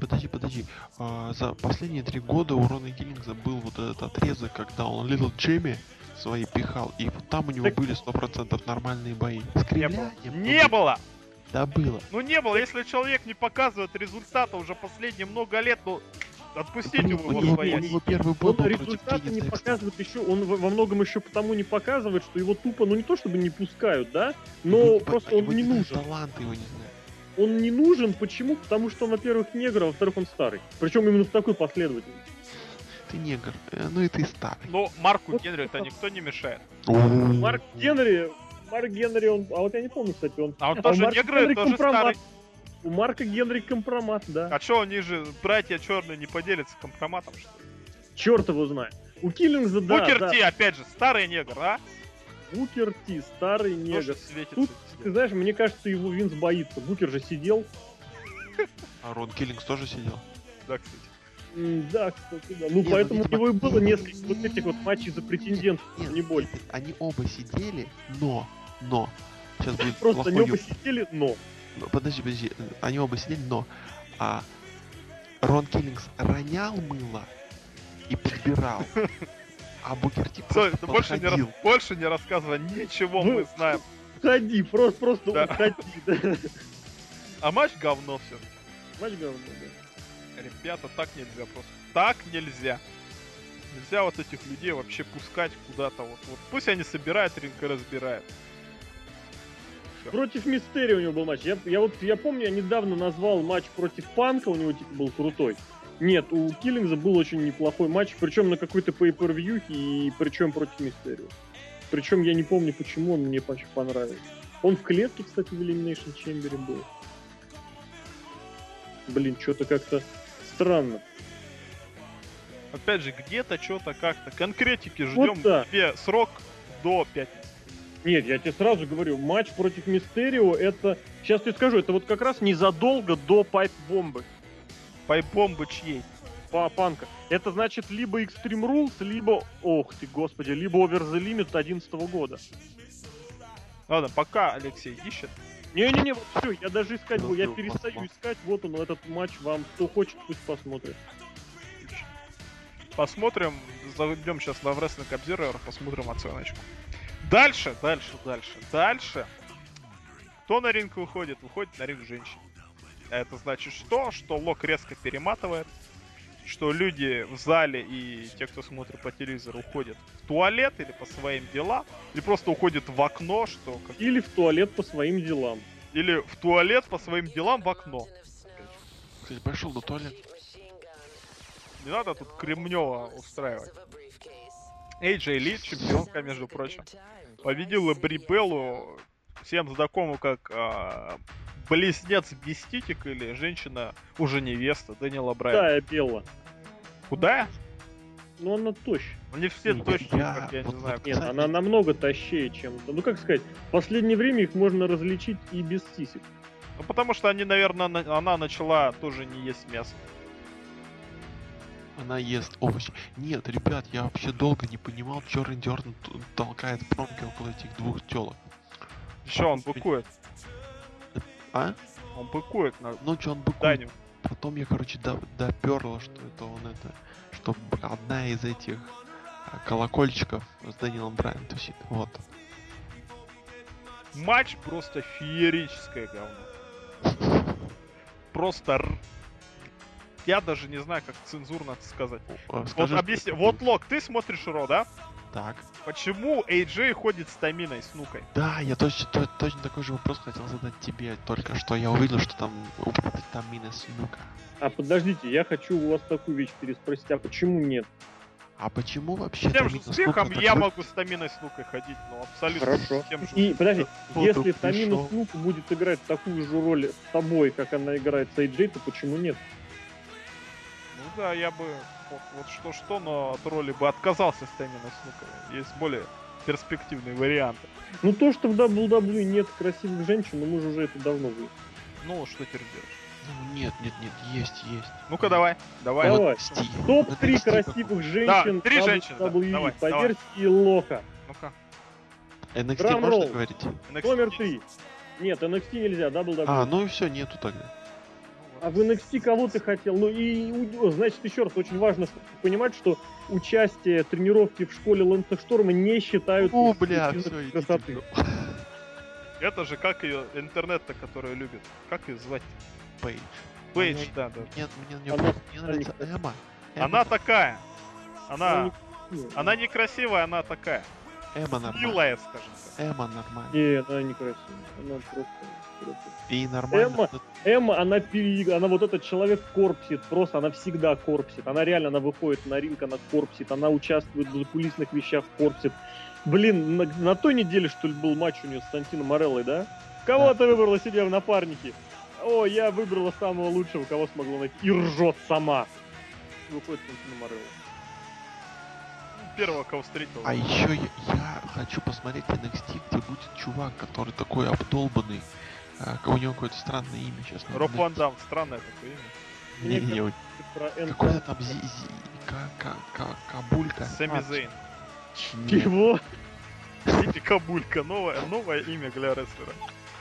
За последние 3 года у Рона Киллингса был вот этот отрезок, когда он Little Джимми свои пихал, и вот там у него были 100% нормальные бои. Не было! Да было. Ну не было, если человек не показывает результата уже последние много лет, ну отпустите его свои. У него первый бой был результаты не показывает еще, он во многом еще потому не показывает, что его тупо, не то чтобы не пускают, да, но просто он не нужен. Талант его не знаю. Он не нужен, почему? Потому что он, во-первых, негр, а во-вторых, он старый. Причем именно в такой последовательности. Ты негр, ну и ты старый. Но Марку Генри-то никто не мешает. Марк Генри, он... А вот я не помню, кстати, он... А он тоже негр, тоже старый. У Марка Генри компромат, да. А чё, они же, братья черные, не поделятся компроматом, что ли? Черт его знает. У Киллингса, да. Букер Ти, опять же, старый негр, а? Букер Ти, старый Тоже негр. светится. Тут, везде. ты знаешь, мне кажется, его Винс боится. Букер же сидел. А Рон Киллингс тоже сидел. Да, кстати. Да, кстати, да. Ну, Не, ну, поэтому видимо, у него и было не, несколько вот этих вот матчей за претендентов, не больше. нет, они оба сидели, но, сейчас будет Просто они плохой оба сидели, но. Подожди, они оба сидели, но Рон Киллингс ронял мыло и подбирал, а Букер Ти Стой, просто ты подходил. больше не рассказывай, ничего Ну, мы знаем. Уходи, просто Да. уходи, да. А матч говно все. Матч говно, да. Ребята, так нельзя просто. Так нельзя. Нельзя вот этих людей вообще пускать куда-то. Вот. Пусть они собирают ринг и разбирают. Против Мистерио у него был матч. Я помню, я недавно назвал матч против Панка, у него типа был крутой. Нет, у Киллингса был очень неплохой матч, причем на какой-то pay-per-view, и причем против Мистерио. Причем я не помню, почему он мне очень понравился. Он в клетке, кстати, в Elimination Chamber был. Блин, что-то как-то странно. Опять же, где-то, что-то, как-то. Конкретики ждем. Вот да. Тебе срок до пятницы. Нет, я тебе сразу говорю, матч против Мистерио, это... Сейчас тебе скажу, это вот как раз незадолго до пайп-бомбы. Пайп-бомбы чьей? Панка. Это значит либо Extreme Rules, либо, ох ты, господи, либо Over the Limit 2011 года. Ладно, пока Алексей ищет. Не-не-не, вот все, я даже искать буду, я Ну, перестаю посмотрим. искать, вот он, этот матч вам, кто хочет, пусть посмотрит. Посмотрим, зайдем сейчас на Wrestling Observer, посмотрим оценочку. Дальше. Кто на ринг выходит? Выходит на ринг женщин. Это значит что? Что Лок резко перематывает, что люди в зале и те, кто смотрит по телевизору, уходят в туалет или по своим делам, или просто уходят в окно, что как... Или в туалет по своим делам. Или в туалет по своим делам в окно. Кстати, пошел до туалета. Не надо тут Кремнева устраивать. AJ Ли, чемпионка, между прочим, победила Бри Беллу, всем знакомую как близнец Миститик или женщина, уже невеста, Дэниела Брайана. Да, я Белла. Куда? Но она тощая. Они все Ну, точно, я- как я не вот- знаю. вот- Нет, Кстати- она намного тощее, чем... Ну, как сказать, в последнее время их можно различить и без сисек. Ну, потому что они, наверное, она начала тоже не есть мясо. Она ест овощи. Нет, ребят, я вообще долго не понимал, что Рэнди Ортон толкает промки около этих двух телок. Еще он быкует. А? Он быкует на Ну что он быкует? Даню. Потом я, короче, доперло, что это он это... Что одна из этих колокольчиков с Дэниелом Брайаном тусит. Вот. Матч просто феерическое говно. Просто... Я даже не знаю, как цензурно это сказать. Скажи, Вот объясни. Вот, Лок, ты смотришь Ро, да? Так. Почему AJ ходит с Таминой, с Нукой? Да, я точно такой же вопрос хотел задать тебе. Только что я увидел, что там упомянут Тамина Снука. А подождите, я хочу у вас такую вещь переспросить, а почему нет? А почему вообще Тем же Тамина успехом Снука я такой- могу с Таминой с Нукой ходить, но абсолютно Хорошо. с тем же. И, подожди, Вот если тут Тамина пришел. Снук будет играть такую же роль с тобой, как она играет с AJ, то почему нет? Ну да, я бы вот что-что, но от роли бы отказался с Таминой с Нукой. Есть более перспективные варианты. Ну то, что в WWE нет красивых женщин, ну мы же уже это давно выяснили. Ну, что теперь делаешь? Ну, нет, есть. Ну-ка, давай. Давай. NXT. Топ-3 NXT красивых женщин три женщины, да. WWE Давай, по давай. версии Лока. Ну-ка. NXT Драм-ролл. можно говорить? NXT. Номер 3. Нет, NXT нельзя, WWE. А, ну и все, нету тогда. А в NXT кого ты хотел? Ну и, значит, еще раз, очень важно понимать, что участие, тренировки в школе Лэнса Шторма не считаются О, бля, признаком все, красоты. Это же как ее интернет-то, которую любит. Как ее звать? Пейдж. Пейдж, Мне- да, да. Мне Она- нравится она не- Эмма. Она такая. Она Она не красивая, она такая. Эмма нормально. Милая, скажем так. Эмма нормально. Нет, она не красивая. Она просто... И нормально. Эмма, она вот этот человек корпсит, просто она всегда корпсит. Она реально, она выходит на ринг, она корпсит, она участвует в закулисных вещах, корпсит. Блин, на той неделе, что ли, был матч у нее с Сантино Мореллой, да? Кого Да. ты выбрала себе в напарники? О, я выбрала самого лучшего, кого смогла найти. И ржет сама. Выходит Сантино Морелла. первого, кого встретил. А еще я хочу посмотреть NXT, где будет чувак, который такой обдолбанный. У него какое-то странное имя, честно. Роб Ван Дам, странное такое имя. Не-не-не, какой-то там Кабулька. Сэмми Зейн. Нет. Чего? Сити Кабулька, новое имя для рестлера.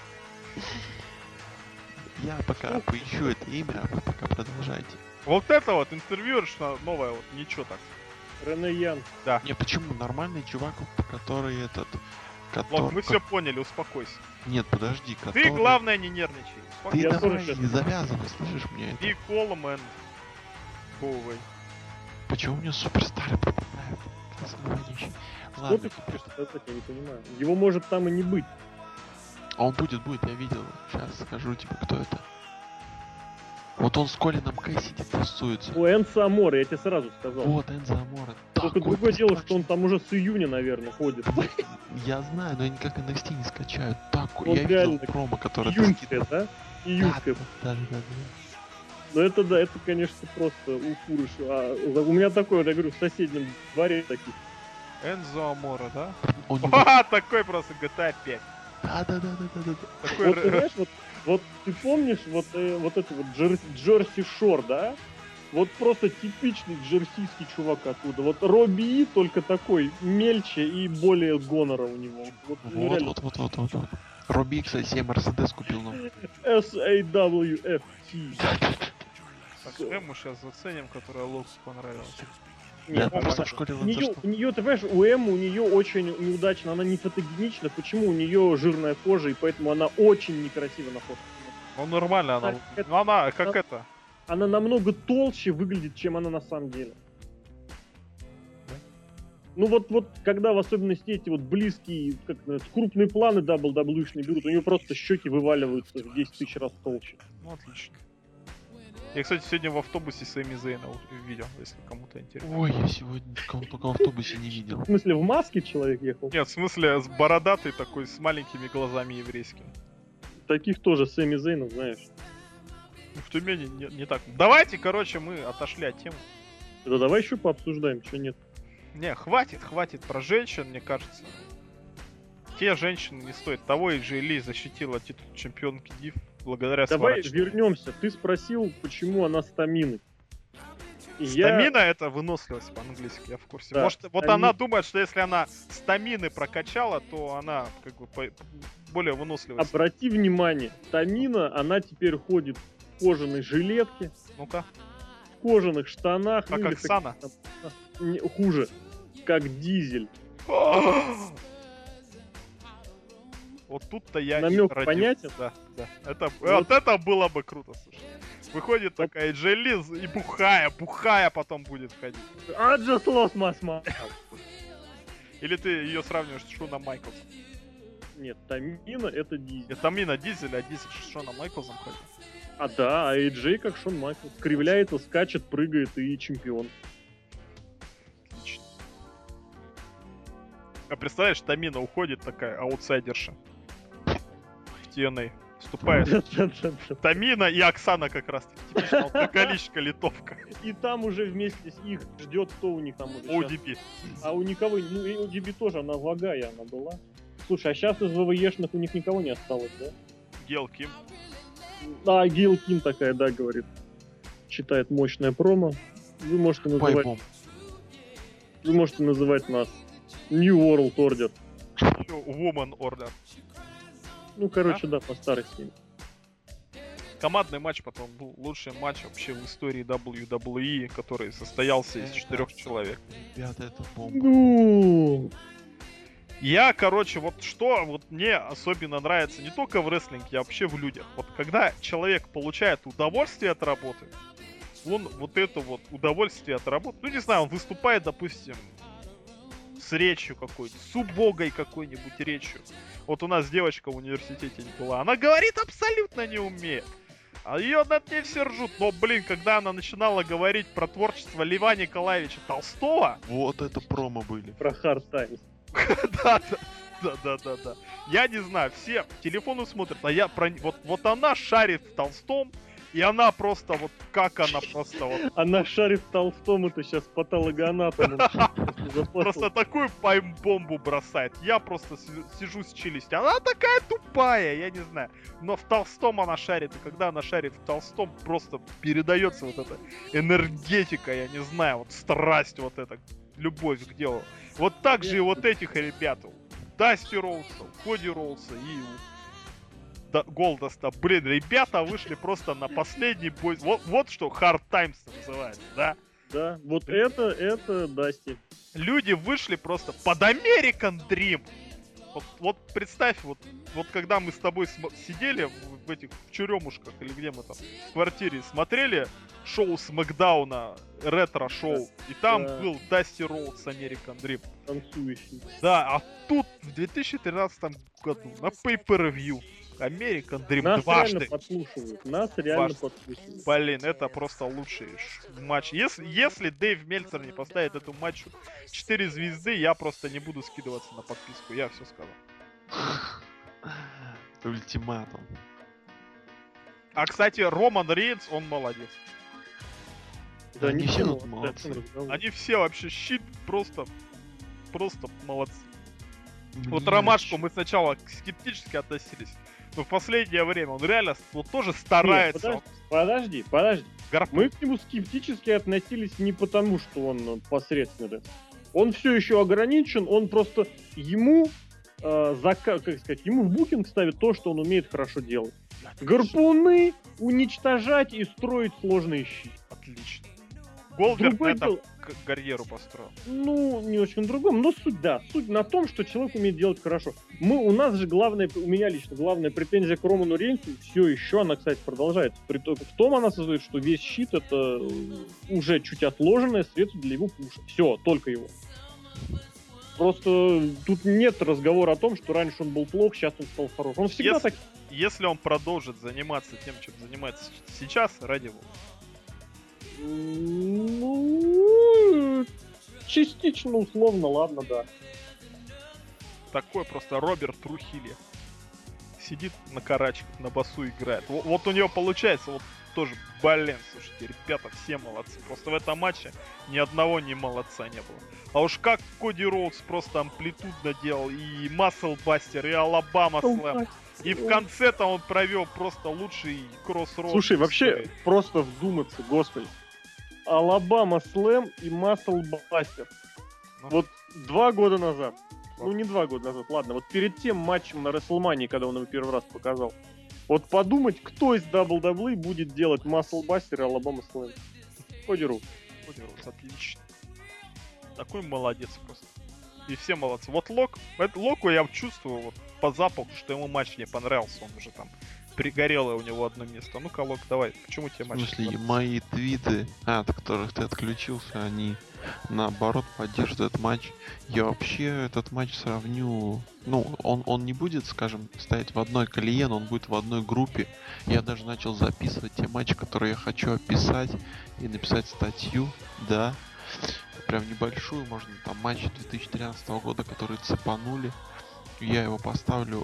Я пока поищу это имя, а вы пока продолжайте. Вот это вот интервьюерша новая, вот ничего так. Рене Ян. Не, почему? Нормальный чувак, который Лок, мы все поняли, успокойся. Нет, подожди, который... Ты, главное, не нервничай. Ты Я давай, тоже не завязывай, слышишь мне это? Be calm and go away. Почему мне суперстары попадают? Красавище. Что Ладно, ты хочешь сказать, я не понимаю. Его может там и не быть. а он будет, я видел. Сейчас скажу тебе, кто это. Вот он с Колином Кэссиди тусуется. У Энса Амора, я тебе сразу сказал. Вот, Энзо Амора. Только Такой другое дело, что пистолет. он там уже с июня, наверное, ходит. Я знаю, но я никак NXT не скачаю. Так, Он я видел реально промо, которое ты Июньская, скидывал. да? Июньская. Да. Но это да, это, конечно, просто укурыш. У меня такой, вот, я говорю, в соседнем дворе таких. Энзо Амора, да? Он не- Ха, такой просто GTA 5. Да. Такой Вот ты знаешь, вот ты помнишь вот это вот Джерси Шор, да? Вот просто типичный джерсийский чувак оттуда. Вот Робби И, только такой мельче и более гонора у него. Вот, ну, реально. Вот. Робби, кстати, себе Мерседес купил новый. SAWFT. Так, Эму сейчас заценим, которая Локсу понравилась. Да, Нет, просто в школе Ланзерштейн. у нее, ты понимаешь, у Эммы у нее очень неудачно, она не фотогенична. Почему? У нее жирная кожа, и поэтому она очень некрасиво на фото. Ну нормально она. Так, Ну она как это- это. Она намного толще выглядит, чем она на самом деле. Ну вот, когда в особенности эти вот близкие, как называется, крупные планы WWE-шные берут, у нее просто щеки вываливаются в 10 тысяч раз толще. Ну отлично. Я, кстати, сегодня в автобусе Сэмми Зейна видел, если кому-то интересно. Ой, я сегодня кого только в автобусе не видел. В смысле, в маске человек ехал? Нет, в смысле, с бородатый такой, с маленькими глазами еврейскими. Таких тоже Сэмми Зейна, знаешь. Ну, в Тюмени не так. Давайте, короче, мы отошли от темы. Да давай еще пообсуждаем, что нет. Не, хватит про женщин, мне кажется. Те женщины не стоят того, и Джей Ли защитила титул чемпионки Див благодаря Давай сворачиванию. вернемся. Ты спросил, почему она с Таминой. И Стамина это выносливость по-английски, я в курсе. Да, Может, вот стами- она думает, что если она стамины прокачала, то она как бы более выносливая. Обрати внимание, Тамина, она теперь ходит в кожаной жилетке, Ну-ка. в кожаных штанах. Как или Оксана. хуже, как Дизель. Вот тут-то я Намёк и родил. понятен? Да. Это, Вот. вот это было бы круто, слушай. Выходит Вот. такая Джей Ли и бухая потом будет ходить. I just lost my smile. Или ты ее сравниваешь с Шоном Майклсом? Нет, Тамина это Дизель. Это Мина Дизель, а Дизель с Шоном Майклсом ходит. А да, а Эйджей как Шон Майклс. Кривляется, скачет, прыгает и чемпион. Отлично. А представляешь, Тамина уходит такая аутсайдерша в TNA. Вступает Да-да-да. Тамина и Оксана как раз таки. Типичная алкоголичка литовка. И там уже вместе с их ждет, кто у них там уже щас. ODB. А у никого, ну и ODB тоже, она вагая она была. Слушай, а сейчас из ВВЕшных у них никого не осталось, да? Гел Ким. А, Гейл Ким такая, да, говорит. Читает мощное промо. Вы можете называть, Пайпом. вы можете называть нас New World Order. Woman Order. Ну, короче, да, по старой схеме. Командный матч потом был лучший матч вообще в истории WWE, который состоялся из 4 человек. Ребята, это бомба. Ну, Я, короче, вот что вот мне особенно нравится не только в рестлинге, а вообще в людях. Вот когда человек получает удовольствие от работы, он вот это вот удовольствие от работы, ну не знаю, он выступает, допустим, с речью какой-то, с убогой какой-нибудь речью. Вот у нас девочка в университете была, она говорит абсолютно не умеет. А ее над ней все ржут. Но, блин, когда она начинала говорить про творчество Льва Николаевича Толстого, Вот это промо были. про Hard Times. да. Я не знаю, все телефоны смотрят, а я про... Вот она шарит в Толстом, И она просто вот, как она просто вот... Она шарит Толстому-то сейчас патологоанатомом. Просто такую бомбу бросает. Я просто сижу с челюстью. Она такая тупая, я не знаю. Но в Толстом она шарит. И когда она шарит в Толстом, просто передается вот эта энергетика, я не знаю, вот страсть вот эта, любовь к делу. Вот так же и вот этих ребят. Дасти Роудса, Коди Роудса и Голдаста. Блин, ребята вышли просто на последний бой. Вот что Hard Times называется, да? Да, вот это Дасти. Люди вышли просто под American Dream. Вот представь, вот когда мы с тобой сидели в этих черемушках, или где мы там, в квартире, смотрели шоу Смакдауна, ретро-шоу, и там был Дасти Роудс American Dream. Танцующий. Да, а тут в 2013 году на Pay-Per-View American Dream Нас дважды. Нас реально подслушивают. Блин, это просто лучший матч. Если Дэйв Мельцер не поставит эту матчу 4 звезды, я просто не буду скидываться на подписку. Я все сказал. Ультиматум. А, кстати, Роман Рейнс, он молодец. Да, они все молодцы. молодцы. Они все вообще щит просто молодцы. Вот Ромашку мы сначала скептически относились, но в последнее время он реально вот тоже старается. Нет, подожди. Мы к нему скептически относились не потому, что он посредственный. Он все еще ограничен, он просто ему ему в букинг ставит то, что он умеет хорошо делать. Гарпуны, уничтожать и строить сложные щиты. Отлично. Голдберг это карьеру построил. Ну, не очень другом, но суть на том, что человек умеет делать хорошо. У нас же у меня лично главная претензия к Роману Рейнсу все еще, она, кстати, продолжается. В том она создает, что весь щит это уже чуть отложенное средство для его пуша. Все, только его. Просто тут нет разговора о том, что раньше он был плох, сейчас он стал хорош. Он всегда так. Если он продолжит заниматься тем, чем занимается сейчас, ради бога. Ну, частично, условно, ладно, да. Такой просто Роберт Трухилья. Сидит на карачках, на басу играет. Вот у него получается, вот тоже, блин, слушайте, ребята, все молодцы. Просто в этом матче ни одного не молодца не было. А уж как Коди Роудс просто амплитудно делал, и Маслбастер, и Алабама Слэм. И в конце там он провел просто лучший кроссроуд. Слушай, вообще, просто вдуматься, господи. Алабама Слэм и Маслбастер. Вот 2 года назад. Ну, не 2 года назад, ладно. Вот перед тем матчем на Рестлмании, когда он его первый раз показал. Вот подумать, кто из WWE будет делать Маслбастер и Алабама Слэм. Коди Роудс. Отлично. Такой молодец просто. И все молодцы. Вот Локу я чувствую вот по запаху, что ему матч не понравился. Он уже там пригорело у него одно место. Ну-ка, Лок, давай. Почему тебе матч? В смысле, мои твиты, от которых ты отключился, они наоборот поддерживают этот матч. Я вообще этот матч сравню... Ну, он не будет, скажем, стоять в одной колее, но он будет в одной группе. Я даже начал записывать те матчи, которые я хочу описать, и написать статью, да. Прям небольшую, можно там матч 2013 года, которые цепанули. Я его поставил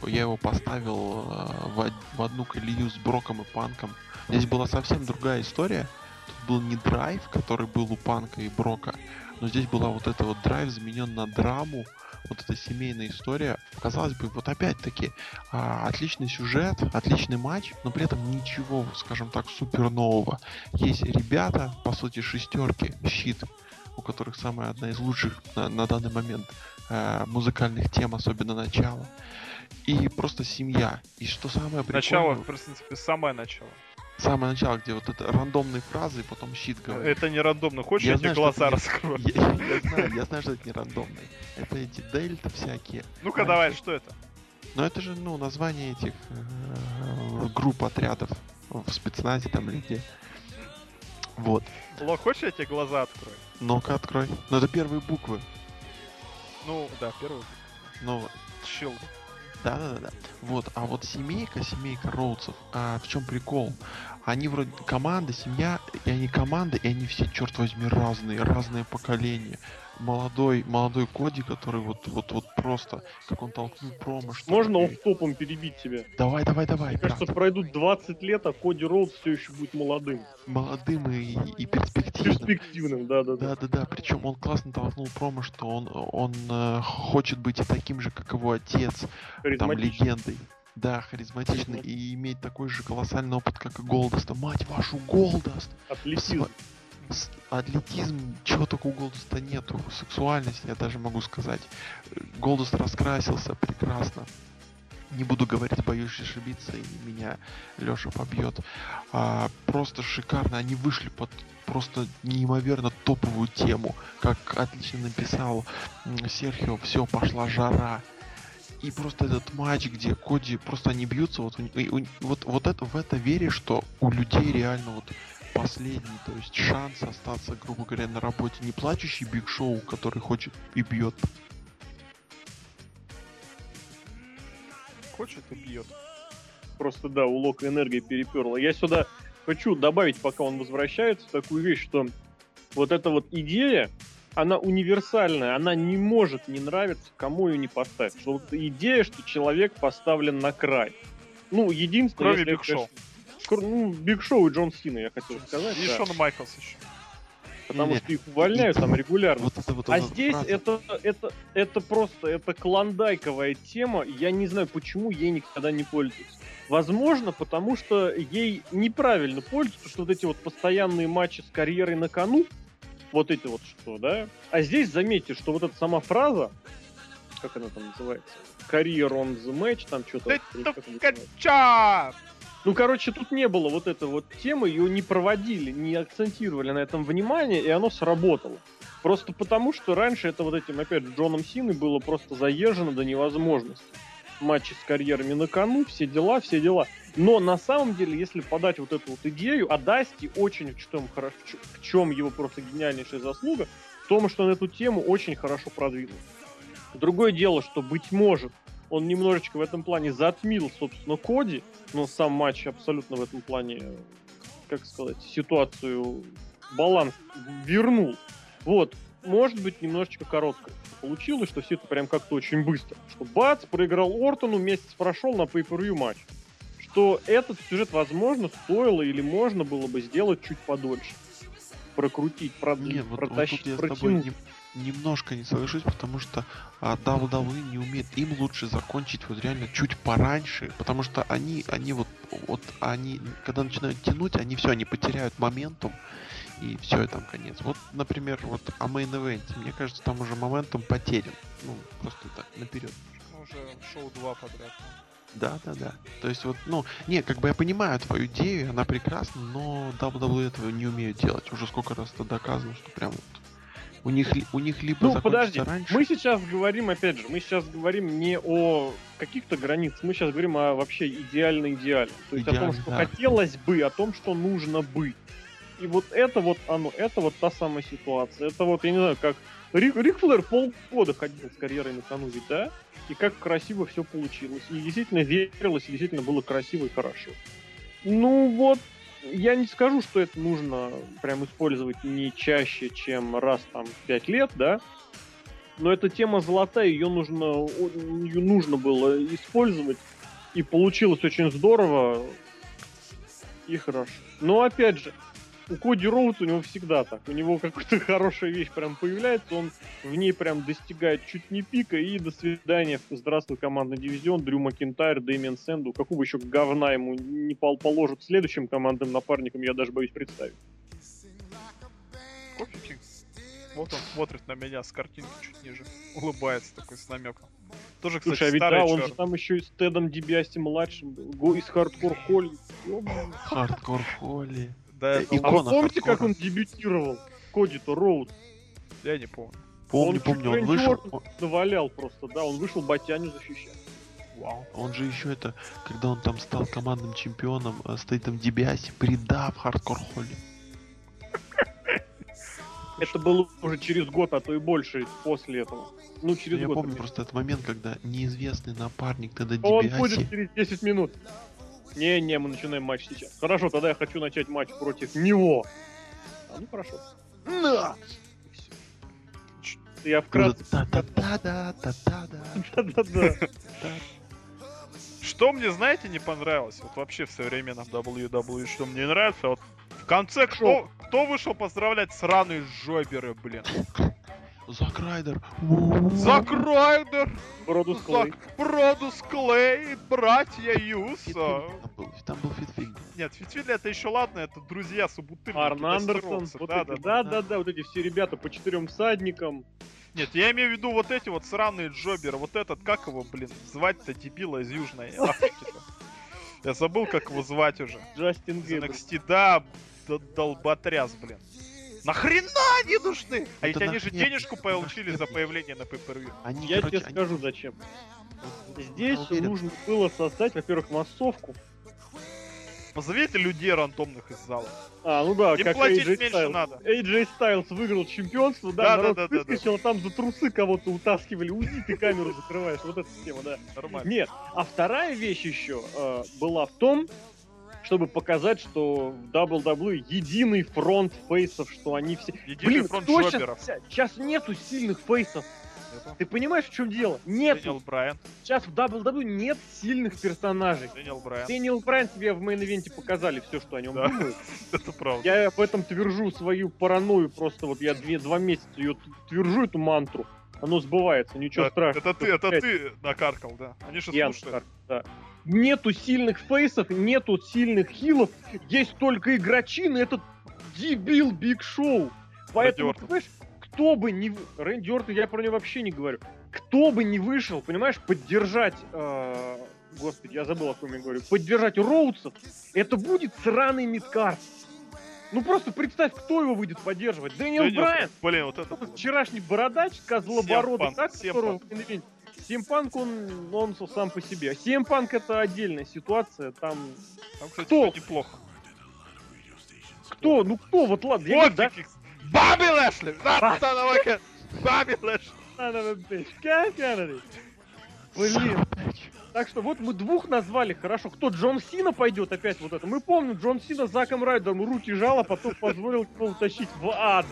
в одну колею с Броком и Панком. Здесь была совсем другая история. Тут был не драйв, который был у Панка и Брока, но здесь была вот эта вот драйв заменен на драму, вот эта семейная история. Казалось бы, вот опять-таки отличный сюжет, отличный матч, но при этом ничего, скажем так, супер нового. Есть ребята, по сути, шестерки, щит, у которых самая одна из лучших на данный момент музыкальных тем, особенно начало. И просто семья. И что самое прикольное... Начало, в принципе, самое начало. Самое начало, где вот это рандомные фразы, и потом щит говорит. Это не рандомно. Хочешь, я тебе глаза раскрою? Я знаю, что это не рандомные. Это эти дельта всякие. Ну-ка, давай, что это? Ну, это же, название этих групп отрядов в спецназе там или где. Вот. Лок, хочешь, я тебе глаза открою? Ну-ка, открой. Ну, это первые буквы. Ну, да, первые. Ну, Shield. Да. Вот, а вот семейка Роудсов, в чем прикол? Они вроде команда, семья, и они команда, и они все, черт возьми, разные поколения. Молодой Коди, который вот просто, как он толкнул промо, что... Можно офф-топом перебить тебя? Давай, Мне кажется, пройдут 20 лет, а Коди Роудс все еще будет молодым. Молодым и перспективным. Перспективным, да. Да. Причем он классно толкнул промо, что он хочет быть и таким же, как его отец, там, легендой. Да, харизматичный и иметь такой же колоссальный опыт, как и Голдоста. Мать вашу, Голдост! Атлетизм, чего только у Голдоста нету. Сексуальность, я даже могу сказать. Голдост раскрасился прекрасно. Не буду говорить, боюсь ошибиться, и меня Леша побьет. Просто шикарно. Они вышли под просто неимоверно топовую тему. Как отлично написал Серхио, все, пошла жара. И просто этот матч, где Коди просто они бьются, вот это в это веришь, что у людей реально вот последний, то есть шанс остаться, грубо говоря, на работе. Не плачущий Биг Шоу, который хочет и бьет. Хочет и бьет. Просто, да, у Лока энергия переперла. Я сюда хочу добавить, пока он возвращается, такую вещь, что вот эта вот идея, она универсальная, она не может не нравиться, кому ее не поставить. Что вот идея, что человек поставлен на край. Ну, единственное... Кроме Биг Шоу. Ну, Биг Шоу и Джон Сина, я хотел сказать. И Шон Майклс еще. Потому что их увольняют там регулярно. А здесь это просто, это клондайковая тема. Я не знаю, почему ей никогда не пользуются. Возможно, потому что ей неправильно пользуются, что вот эти вот постоянные матчи с карьерой на кону, вот эти вот что, да? А здесь заметьте, что вот эта сама фраза, как она там называется? Career on the match, там что-то... Ну, короче, тут не было вот этой вот темы, ее не проводили, не акцентировали на этом внимание, и оно сработало. Просто потому, что раньше это вот этим, опять же, Джоном Синой было просто заезжено до невозможности. Матчи с карьерами на кону, все дела. Но на самом деле, если подать вот эту вот идею, а Дасти очень в чем его просто гениальнейшая заслуга, в том, что он эту тему очень хорошо продвинул. Другое дело, что, быть может, он немножечко в этом плане затмил, собственно, Коди, но сам матч абсолютно в этом плане, как сказать, ситуацию, баланс вернул. Вот, может быть, немножечко короткое получилось, что все это прям как-то очень быстро. Что бац, проиграл Ортону, месяц прошел на pay-per-view матч. Что этот сюжет, возможно, стоило или можно было бы сделать чуть подольше. Прокрутить, продлить, протащить, вот протянуть. Немножко не соглашусь, потому что WWE не умеет, им лучше закончить вот реально чуть пораньше, потому что они когда начинают тянуть, они потеряют моментум, и все, и там конец. Вот, например, вот о Main Event, мне кажется, там уже моментум потерян, ну, просто так, наперед. Уже шоу 2 подряд. Да. То есть вот, как бы я понимаю твою идею, она прекрасна, но WWE этого не умеют делать. Уже сколько раз это доказано, что прям вот у них либо закончится раньше. Мы сейчас говорим, опять же, не о каких-то границах, мы сейчас говорим о вообще идеальном. То есть о том, что хотелось бы, о том, что нужно быть. И вот это вот оно, это вот та самая ситуация. Это вот, я не знаю, как Рик Флэр полгода ходил с карьерой на кону, ведь, да? И как красиво все получилось. И действительно верилось, и действительно было красиво и хорошо. Ну вот, я не скажу, что это нужно прям использовать не чаще, чем раз там в 5 лет, да? Но эта тема золотая, ее нужно было использовать. И получилось очень здорово и хорошо. Но опять же, у Коди Роудса у него всегда так. У него какая-то хорошая вещь прям появляется, он в ней прям достигает чуть не пика, и до свидания. Здравствуй, командный дивизион, Дрю Макинтайр, Дэмиан Сэнду. Какого еще говна ему не положат следующим командным напарником, я даже боюсь представить. Кофе. Вот он смотрит на меня с картинки чуть ниже. Улыбается такой с намеком. Тоже, кстати, слушай, а ведь старый он же там еще и с Тедом Дибиаси младшим был. Из Хардкор Холли. Хардкор Холли. Да, а вы помните, как он дебютировал? Коди-то Роуд. Я не помню. Помню, он вышел. Навалял просто, да, он вышел Батяню защищать. Вау. Он же еще это, когда он там стал командным чемпионом с Тейтом Дибиаси, предав Хардкор Холли. Это было уже через год, а то и больше после этого. Ну, через год. Я помню просто этот момент, когда неизвестный напарник Теда Он Дибиаси... будет через 10 минут. Не, мы начинаем матч сейчас. Хорошо, тогда я хочу начать матч против него. Ну хорошо. На! Я вкратце... Да-да-да. Что мне, знаете, не понравилось? Вот вообще в современном WWE, что мне нравится, вот в конце кто вышел поздравлять сраные жоберы, блин? Зак Райдер. Зак Райдер! Бродус Клей. Бродус Клей, братья Юсо. Там был Фитфиль. Нет, Фитфиль это еще ладно, это друзья собутыльники. Арн Андерсон. Да-да-да, вот эти все ребята по 4 всадникам. Нет, я имею в виду вот эти вот сраные джоберы. Вот этот, как его, блин, звать-то дебила из Южной Африки-то? Я забыл, как его звать уже. Джастин Гэббель. NXT, да, долботряс, блин. Нахрена они нужны? А ведь они же денежку получили за появление на Pay-Per-View. Я тебе скажу, зачем. Здесь нужно было создать, во-первых, массовку. Позовите людей рандомных из зала. Ну да, им как платить AJ меньше Styles. надо. AJ Styles выиграл чемпионство, да, народ да, выскочил, а там за трусы кого-то утаскивали. Уйди, ты камеру закрываешь. Вот эта система, да. Нормально. Нет, а вторая вещь еще была в том, чтобы показать, что в WWE единый фронт фейсов, что они все... Единый фронт джоберов. Сейчас нету сильных фейсов. Ты понимаешь, в чем дело? Нет. Дэниел Брайан. Сейчас в WWE нет сильных персонажей. Дэниел Брайан. Дэниел Брайан тебе в мейн-ивенте показали все, что о нем думают. Это правда. Я об этом твержу свою паранойю, просто вот я 2 месяца ее твержу, эту мантру. Оно сбывается, ничего страшного. Это ты накаркал, да? Они же слушают. Да. Нету сильных фейсов, нету сильных хилов, есть только игрочины, этот дебил Биг Шоу. Поэтому, понимаешь, кто бы не... Рэнди Ортон, я про него вообще не говорю. Кто бы не вышел, понимаешь, поддержать... Господи, я забыл, о ком я говорю. Поддержать Роудсов, это будет сраный мидкарт. Ну просто представь, кто его выйдет поддерживать. Дэниел Брайан. Блин, вот это... Вчерашний бородач, козлобородый, так, которого... Симпанк, он сам по себе. Симпанк это отдельная ситуация, там кстати, кто? Неплохо. Кто? Ну кто? Вот ладно. Вот Бобби Лэшли! Бобби Лэшли! Блин. Так что вот мы 2 назвали, хорошо. Кто? Джон Сина пойдет опять вот это. Мы помним, Джон Сина с Заком Райдером руки жал, а потом позволил его утащить в ад.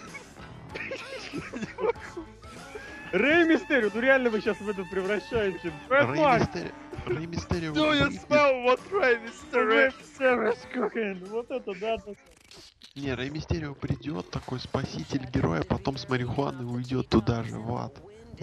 Рэй Мистерио, ну реально вы сейчас в это превращаете. Рэй Мистерио. Do you smell what Рэй Мистерио? Вот это да. Не, Рэй Мистерио придет, такой спаситель героя, потом с марихуаной уйдет туда же, в ад.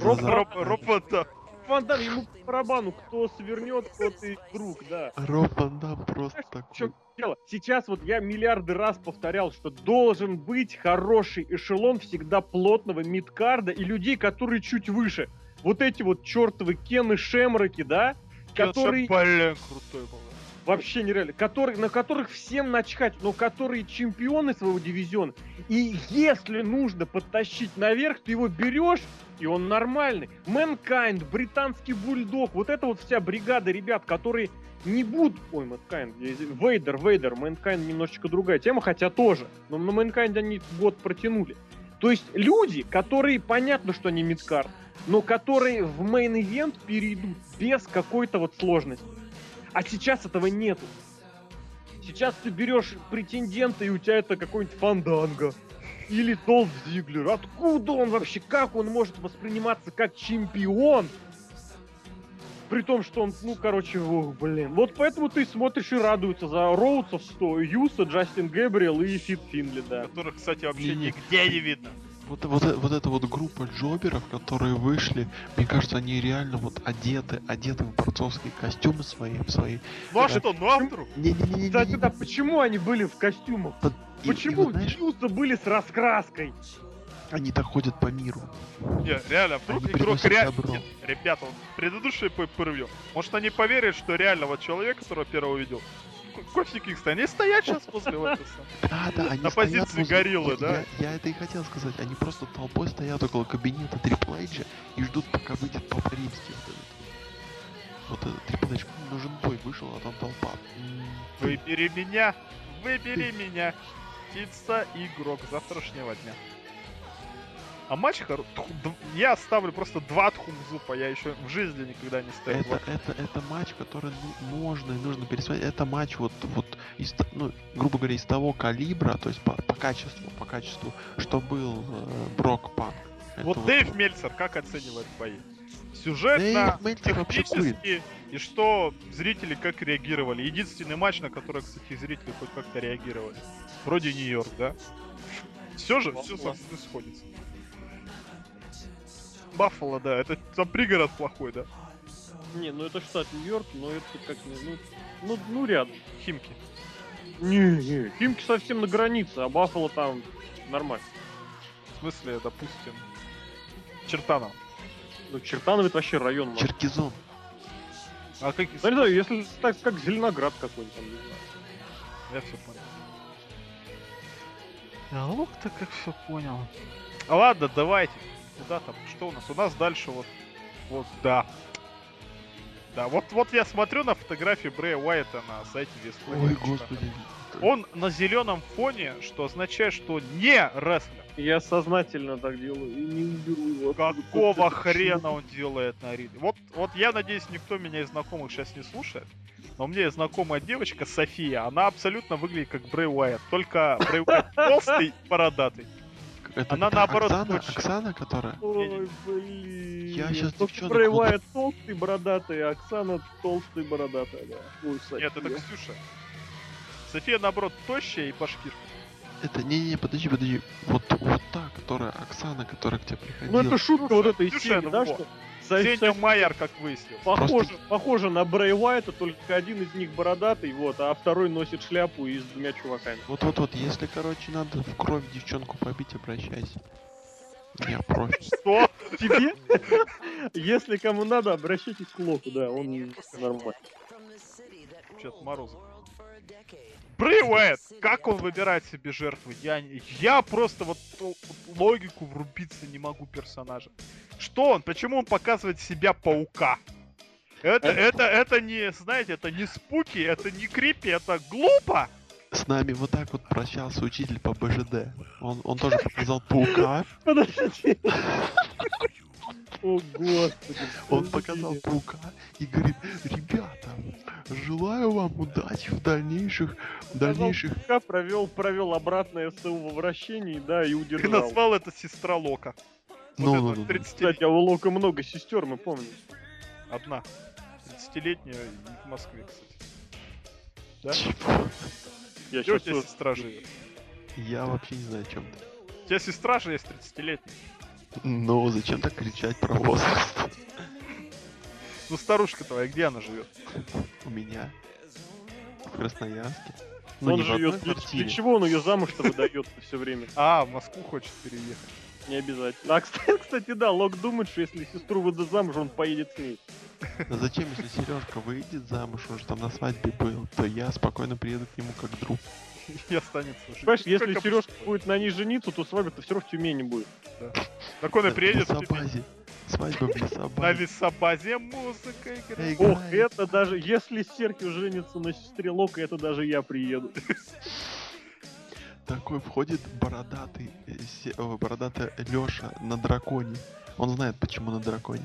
Роб Ван Дам, ему по барабану, кто свернет, тот и друг, да. Роб Ван Дам просто такой. Дело. Сейчас вот я миллиарды раз повторял, что должен быть хороший эшелон всегда плотного мидкарда и людей, которые чуть выше. Вот эти вот чертовы Кены Шемроки, да? Которые... Блин, крутой был. Вообще нереально. На которых всем начхать, но которые чемпионы своего дивизиона. И если нужно подтащить наверх, ты его берешь, и он нормальный. Мэнкайнд, британский бульдог, вот это вот вся бригада ребят, которые не будут... Ой, Мэнкайнд, Вейдер, Мэнкайнд немножечко другая тема, хотя тоже. Но на Мэнкайнде они год протянули. То есть люди, которые, понятно, что они мидкард, но которые в мейн-ивент перейдут без какой-то вот сложности. А сейчас этого нету. Сейчас ты берешь претендента, и у тебя это какой-нибудь Фанданго. Или Долф Зиглер. Откуда он вообще? Как он может восприниматься как чемпион? При том, что он, Вот поэтому ты смотришь и радуется за Роудсов, что Юса, Джастин Гэбриэл и Фит Финли, да. Которых, кстати, вообще нигде не видно. Вот эта вот группа джоберов, которые вышли, мне кажется, они реально вот одеты в борцовские костюмы свои. Ну а что, ну а вдруг? Кстати, да, почему они были в костюмах? Почему Юса были с раскраской? Они так ходят по миру. Не, реально, вдруг игрок реально... Ребята, вот предыдущие Pay-Per-View, может они поверят, что реально вот человек, которого первого видел, Кофи Кингстон, они стоят сейчас возле Лотоса. Да, они на позиции гориллы, да? Я это и хотел сказать. Они просто толпой стоят около кабинета Трипл Эйджа и ждут, пока выйдет Папа Римский. Вот этот Трипл Эйдж, нужен бой, вышел, а там толпа. Выбери меня, птица игрок завтрашнего дня. А матч я ставлю просто 2 Тхумзупа, я еще в жизни никогда не ставил. Это матч, который можно и нужно пересмотреть. Это матч вот из, ну, грубо говоря, из того калибра, то есть по качеству, что был Брок Панк. Вот Дэйв Мельцер как оценивает бои? Сюжетно, технически, и что зрители как реагировали? Единственный матч, на который, кстати, зрители хоть как-то реагировали. Вроде Нью-Йорк, да? Все же, все сходится. Баффало, да, это там пригород плохой, да? Не, ну это штат Нью-Йорк, но это как, ну рядом. Химки. Не, Химки совсем на границе, а Баффало там нормально. В смысле, допустим, Чертанов. Ну, Чертанов это вообще район. Черкизон. А как... Ну, не знаю, если так, как Зеленоград какой-нибудь там, не знаю. Я все понял. А лук-то как все понял. А ладно, давайте. Куда там? Что у нас? У нас дальше вот, да. Да, вот я смотрю на фотографии Брэя Уайта на сайте Вестлэйн. Ой, господи. Он на зеленом фоне, что означает, что не рестлер. Я сознательно так делаю и не уберу его. Какого хрена он делает на ринге? Вот я надеюсь, никто меня из знакомых сейчас не слушает. Но у меня есть знакомая девочка София. Она абсолютно выглядит как Брэй Уайт. Только Брэй Уайт толстый, бородатый. Она наоборот Оксана, которая... Ой, блин. Я сейчас девчонок... Брэй Уайт толстый, бородатый, а Оксана толстый, бородатая, да. Ой, нет, это Ксюша. София, наоборот, тощая и башкирка. Это, не, подожди. Вот та, которая Оксана, которая к тебе приходила. Ну это шутка вот этой серии, да, что... Сеня Майер, как выяснил. Похоже на Брэй Уайта, только один из них бородатый, вот, а второй носит шляпу и с двумя чуваками. Вот, если, короче, надо в кровь девчонку побить, обращайся. Я профи. Что? Тебе? Если кому надо, обращайтесь к Локу, да, он нормальный. Что-то морозок. Брэй Уайт, как он выбирает себе жертву? Я просто вот логику врубиться не могу персонажа. Что он? Почему он показывает себя паука? Это не, знаете, это не спуки, это не крипи, это глупо. С нами вот так вот прощался учитель по БЖД. Он тоже показал паука. Подожди. О, господи. Он показал паука и говорит: ребята, желаю вам удачи в дальнейших... Паука провел обратное СУ во вращении, да, и Ты удержал. назвал это сестра Лока. Ну. Кстати, а у Лока много сестер, мы помним. Одна. 30-летняя в Москве, кстати. Да? Я Где у сейчас тебя сестра живет? Я вообще не знаю, о чем ты. У тебя сестра же есть 30-летняя. Ну, зачем так кричать про возраст? Ну, старушка твоя, где она живет? У меня. В Красноярске. Он не в одной живет. квартире. Для чего он ее замуж-то выдает все время? А, в Москву хочет переехать. Не обязательно. А, кстати, да, Лок думает, что если сестру выдаст замуж, он поедет с ней. А зачем, если Сережка выйдет замуж, он же там на свадьбе был, то я спокойно приеду к нему как друг. И останется жить. Понимаешь, если Как Сережка обычно. будет на ней жениться, то свадьба-то все равно в Тюмени будет. Так он и В приедет в Тюмень. лесобазе. Свадьба в На лесобазе. лесобазе музыка играет. Эй, Ох, это даже, если Серхио женится на сестре Лока, это даже я приеду. Такой входит бородатый Лёша на драконе. Он знает, почему на драконе.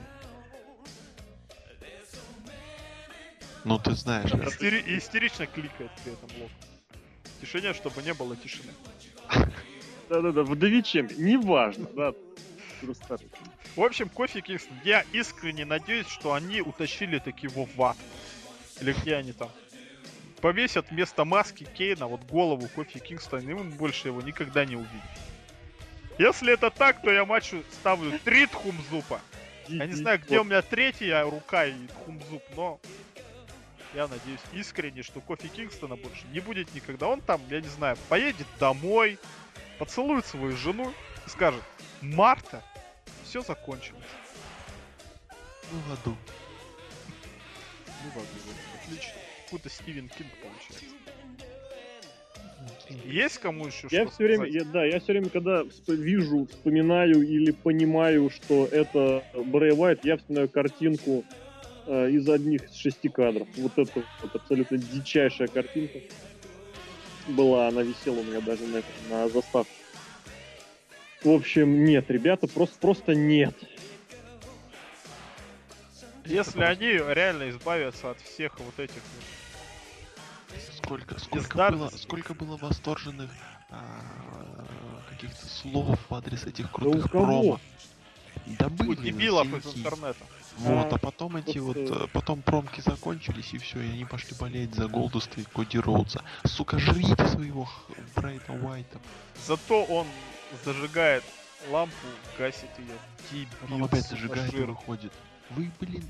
Ну ты знаешь. Истерично кликает при этом Лок. В тишине, чтобы не было тишины. Да-да-да, вдовиченко, неважно, да. Просто. В общем, Кофи Кингстон, я искренне надеюсь, что они утащили таки его в ад. Или где они там. Повесят вместо маски Кейна вот голову Кофи Кингстона, и мы больше его никогда не увидим. Если это так, то я матчу ставлю 3 Тхумзупа. Я не знаю, где у меня третья рука и Тхумзуп, но я надеюсь искренне, что Кофи Кингстона больше не будет никогда. Он там, я не знаю, поедет домой, поцелует свою жену и скажет: Марта, все закончилось. Ну в аду. Ну ладно, отлично. Какой-то Стивен Кинг получается. Есть кому еще Я что все время, сказать? я все время, когда вижу, вспоминаю или понимаю, что это Брэй Уайт, я вспоминаю картинку из одних из 6 кадров. Вот это вот абсолютно дичайшая картинка была, она висела у меня даже на заставке. В общем, нет, ребята, просто нет. Если они реально избавятся от всех вот этих Сколько было восторженных каких-то слов в адрес этих Да у крутых кого? промо. Да у были дебилов из синяки. интернета. Вот, а потом эти вот, потом промки закончились, и все, и они пошли болеть за Голдуста и Коди Роудса. Сука, жрите своего Брайта Уайта. Зато он зажигает лампу, гасит ее. Потом опять зажигает и выходит. Вы, блин...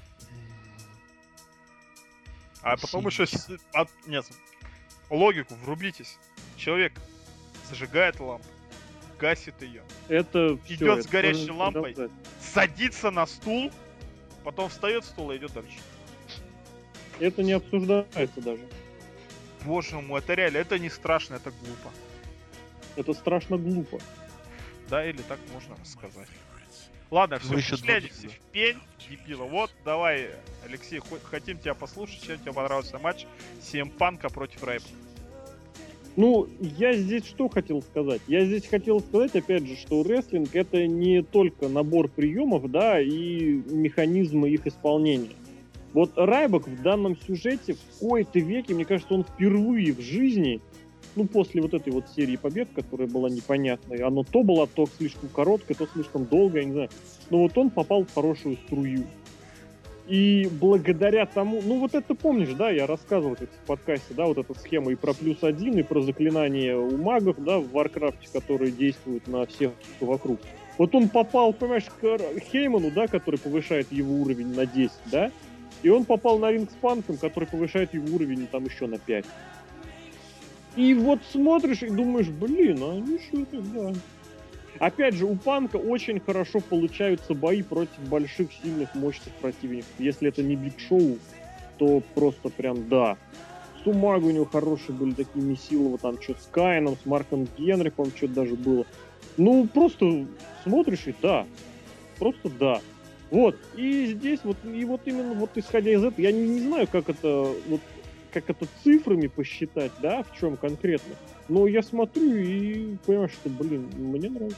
А потом еще... Синяки. Нет, логику, врубитесь. Человек зажигает лампу, гасит ее, Это идет всё, с это горящей можно лампой, продолжать. садится на стул, потом встает с стула и идет дальше. Это не обсуждается даже. Боже мой, это реально, это не страшно, это глупо. Это страшно глупо. Да, или так можно сказать. Ладно, все, Ну, еще пошли они два все дебила. в пень, дебила. Вот, давай, Алексей, хотим тебя послушать, чем тебе понравился матч CM Punk против Райба. Ну, я здесь что хотел сказать? Я здесь хотел сказать, опять же, что рестлинг — это не только набор приемов, да, и механизмы их исполнения. Вот Райбок в данном сюжете в кои-то веке, мне кажется, он впервые в жизни, ну, после вот этой вот серии побед, которая была непонятной, оно то было то слишком короткое, то слишком долгое, я не знаю. Но вот он попал в хорошую струю. И благодаря тому, ну вот это помнишь, да, я рассказывал как в подкасте, да, вот эта схема и про +1, и про заклинания у магов, да, в Варкрафте, которые действуют на всех вокруг. Вот он попал, понимаешь, к Хейману, да, который повышает его уровень на 10, да, и он попал на ринг с Панком, который повышает его уровень там еще на 5. И вот смотришь и думаешь, блин, а ничего так, да. Опять же, у Панка очень хорошо получаются бои против больших, сильных, мощных противников. Если это не Биг Шоу, то просто прям да. С Умаго у него хорошие были такие Месилова, там что-то с Кайном, с Марком Генри, по-моему, что-то даже было. Ну, просто смотришь и да. Просто да. Вот. И здесь вот, и вот именно вот исходя из этого, я не знаю, как это цифрами посчитать, да, в чем конкретно. Но я смотрю и понимаю, что, блин, мне нравится.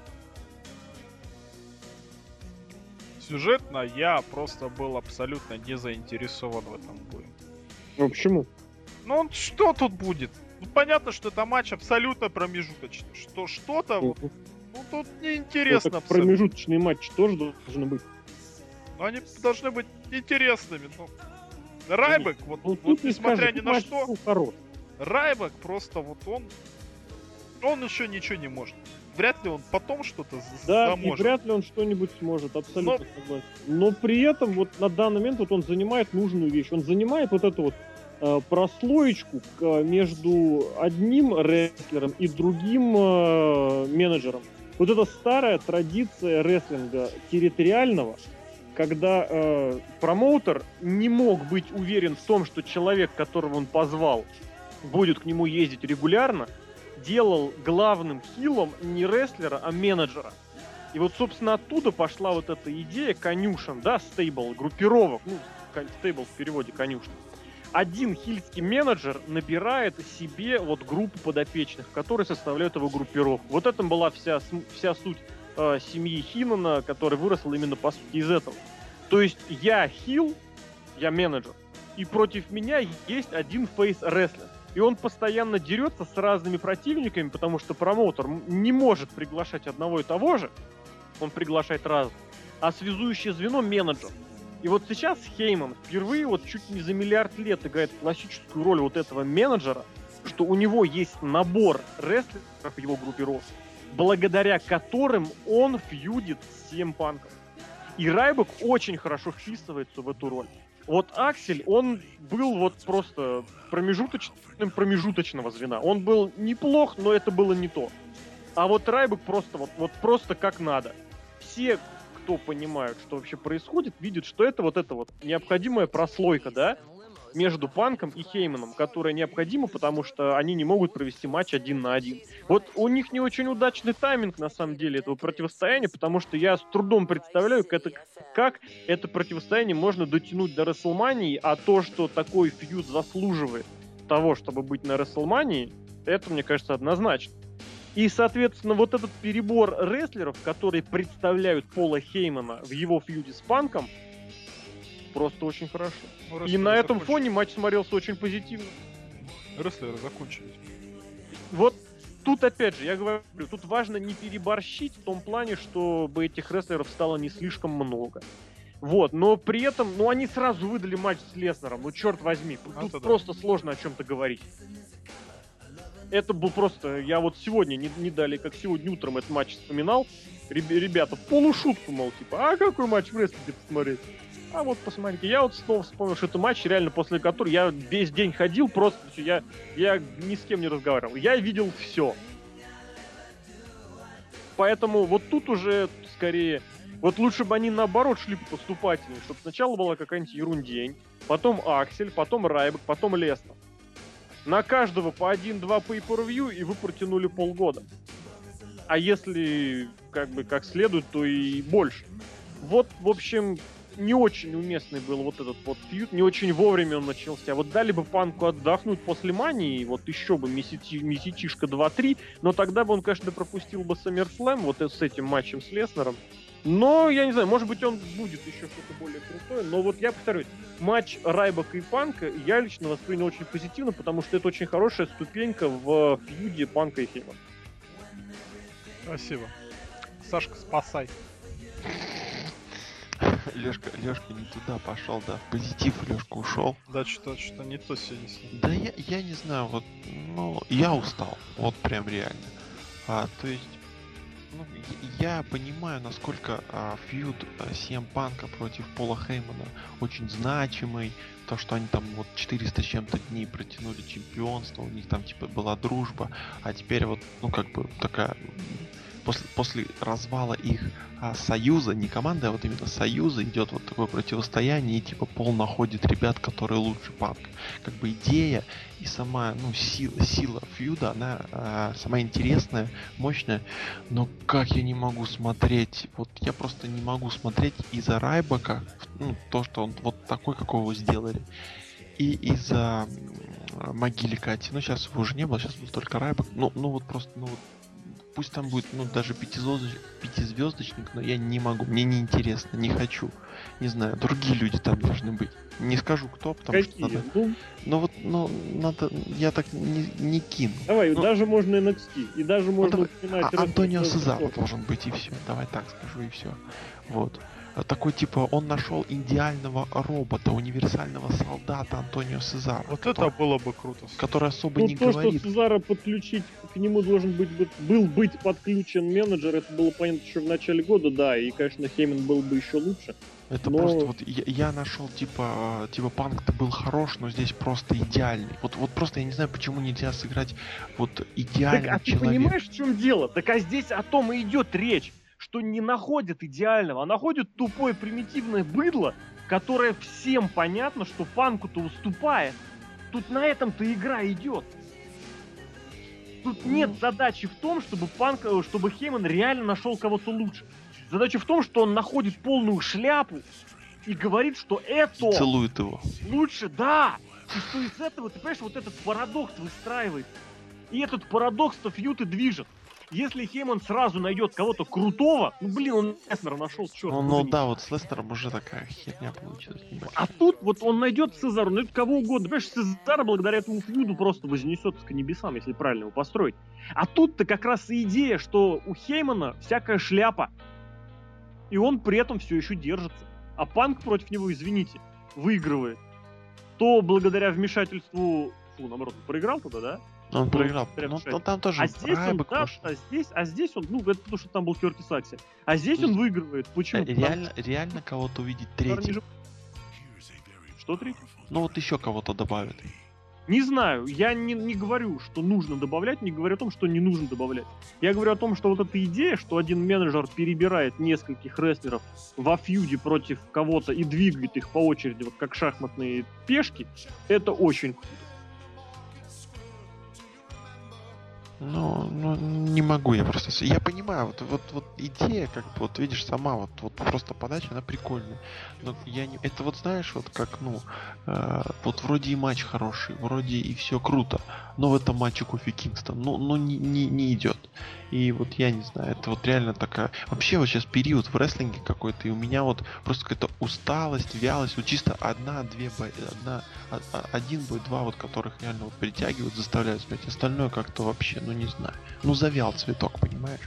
Сюжетно я просто был абсолютно не заинтересован в этом бою. Ну почему? Ну, что тут будет? Ну, понятно, что это матч абсолютно промежуточный. Что-то, вот, ну, тут неинтересно Ну, абсолютно. промежуточные матчи тоже должны быть. Но они должны быть интересными. Ну, Райбек, вот, Ну, вот тут не несмотря скажешь, ни тут на матч что, был хорош. Райбек просто вот он еще ничего не может. Вряд ли он потом что-то Да, и заможет. вряд ли он что-нибудь сможет, абсолютно согласен. Но при этом вот на данный момент вот он занимает нужную вещь. Он занимает вот эту вот прослоечку между одним рестлером и другим менеджером. Вот это старая традиция рестлинга территориального, когда промоутер не мог быть уверен в том, что человек, которого он позвал, будет к нему ездить регулярно, делал главным хилом не рестлера, а менеджера. И вот, собственно, оттуда пошла вот эта идея конюшен, да, стейбл, группировок, ну, стейбл в переводе конюшен. Один хильский менеджер набирает себе вот группу подопечных, которые составляют его группировку. Вот это была вся суть семьи Хинана, которая выросла именно, по сути, из этого. То есть я хил, я менеджер, и против меня есть один фейс-рестлер. И он постоянно дерется с разными противниками, потому что промоутер не может приглашать одного и того же, он приглашает разных, а связующее звено — менеджер. И вот сейчас Хейман впервые вот чуть не за миллиард лет играет классическую роль вот этого менеджера, что у него есть набор рестлеров в его группировке, благодаря которым он фьюдит с CM Punk'ом. И Райбек очень хорошо вписывается в эту роль. Вот Аксель, он был вот просто промежуточного звена. Он был неплох, но это было не то. А вот Райбек просто вот просто как надо. Все, кто понимают, что вообще происходит, видят, что это вот необходимая прослойка, да, между Панком и Хейманом, которая необходима, потому что они не могут провести матч 1 на 1. Вот у них не очень удачный тайминг, на самом деле, этого противостояния, потому что я с трудом представляю, как это противостояние можно дотянуть до Рестлмании, а то, что такой фьюд заслуживает того, чтобы быть на Рестлмании, это, мне кажется, однозначно. И, соответственно, вот этот перебор рестлеров, которые представляют Пола Хеймана в его фьюде с Панком, просто очень хорошо. Ну, И на этом закончились. фоне матч смотрелся очень позитивно. Рестлеры закончились. Вот тут, опять же, я говорю, тут важно не переборщить в том плане, чтобы этих рестлеров стало не слишком много. Вот, но при этом, ну, они сразу выдали матч с Леснером, ну, черт возьми, тут да. просто сложно о чем-то говорить. Это был просто, я вот сегодня, не далее, как сегодня утром этот матч вспоминал, ребята в полушутку, мол, типа, а какой матч в рестлинге посмотреть? А вот посмотрите, я вот снова вспомнил, что это матч, реально после которого я весь день ходил, просто я ни с кем не разговаривал. Я видел все. Поэтому вот тут уже скорее... Вот лучше бы они наоборот шли поступательнее, чтобы сначала была какая-нибудь ерундень, потом Аксель, потом Райбек, потом Леснер. На каждого по 1-2 pay-per-view, и вы протянули полгода. А если как следует, то и больше. Вот, в общем, не очень уместный был вот этот вот фьюд, не очень вовремя он начался. Вот дали бы Панку отдохнуть после Мании, вот еще бы месячишка 2-3, но тогда бы он, конечно, пропустил бы SummerSlam вот с этим матчем с Леснером. Но, я не знаю, может быть, он будет еще что-то более крутое. Но вот я повторюсь, матч Райбека и Панка я лично воспринял очень позитивно, потому что это очень хорошая ступенька в фьюде Панка и Хеймана. Спасибо. Сашка, спасай. Лёшка не туда пошел, да, в позитив Лёшка ушел. Да, что-то не то сегодня с ним. Да я не знаю, вот, ну, я устал, вот прям реально. То есть, ну, я понимаю, насколько фьюд CM Панка против Пола Хеймана очень значимый, то, что они там вот 400 с чем-то дней протянули чемпионство, у них там типа была дружба, а теперь вот, ну, как бы такая... После развала их союза, не команды, а вот именно союза, идет вот такое противостояние, и типа Пол находит ребят, которые лучше Панка. Как бы идея и сама, ну, сила фьюда, она сама интересная, мощная, но как я не могу смотреть, вот я просто не могу смотреть из-за Райбека, ну, то, что он вот такой, какого его сделали, и из-за могилы Кати. Ну, сейчас его уже не было, сейчас был только Райбек, ну вот просто, ну вот, пусть там будет, ну, даже пятизвездочник, но я не могу, мне не интересно, не хочу. Не знаю, другие люди там должны быть. Не скажу кто, потому Какие? что надо... Ну вот, ну, надо, я так не кину. Давай, ну, даже можно NXT, и даже можно упоминать... Антонио Сезаро должен быть, и все. Давай так скажу, и все. Вот. Такой, типа, он нашел идеального робота, универсального солдата Антонио Сезаро. Вот который, это было бы круто. который особо не то, говорит. что Сезаро подключить, к нему должен был быть подключен менеджер, это было понятно еще в начале года, да, и, конечно, Хейман был бы еще лучше. Это но... просто вот я нашел типа Панк-то был хорош, но здесь просто идеальный. Вот просто я не знаю, почему нельзя сыграть вот идеального так, а человека. ты понимаешь, в чем дело? Так а здесь о том и идет речь, что не находят идеального, а находят тупое примитивное быдло, которое всем понятно, что Панку-то уступает. Тут на этом-то игра идет. Тут нет задачи в том, чтобы Хейман реально нашел кого-то лучше. Задача в том, что он находит полную шляпу и говорит, что это... Целует его. Лучше, да! И что из этого, ты понимаешь, вот этот парадокс выстраивает. И этот парадокс-то фьюд и движет. Если Хейман сразу найдет кого-то крутого, ну блин, он Леснера нашел, черт. Ну да, вот с Лестером уже такая херня получилась. А тут вот он найдет Сезару, найдет кого угодно. Понимаешь, Сезара благодаря этому фьюду просто вознесется к небесам, если правильно его построить. А тут-то как раз и идея, что у Хеймана всякая шляпа. И он при этом все еще держится. А Панк против него, извините, выигрывает. То благодаря вмешательству... наоборот, он проиграл тогда, да? Он проиграл. Ну там тоже а здесь он, ну, это потому что там был Кертис Аксель. А здесь он выигрывает. Почему? Реально кого-то увидеть третий. Что третий? Ну вот еще кого-то добавят. Не знаю, я не говорю, что нужно добавлять, не говорю о том, что не нужно добавлять. Я говорю о том, что вот эта идея, что один менеджер перебирает нескольких рестлеров во фьюде против кого-то и двигает их по очереди, вот как шахматные пешки, это очень круто. Ну, не могу я просто... Я понимаю, вот идея, как бы, вот видишь, сама, вот просто подача, она прикольная. Но я не... Это вот знаешь, вот как, ну, вот вроде и матч хороший, вроде и все круто, но в этом матче Кофи Кингстон, ну не идет. И вот я не знаю, это вот реально такая... Вообще вот сейчас период в рестлинге какой-то, и у меня вот просто какая-то усталость, вялость, вот чисто один бой, два, вот которых реально вот притягивают, заставляют смотреть. Остальное как-то вообще, ну не знаю. Ну завял цветок, понимаешь?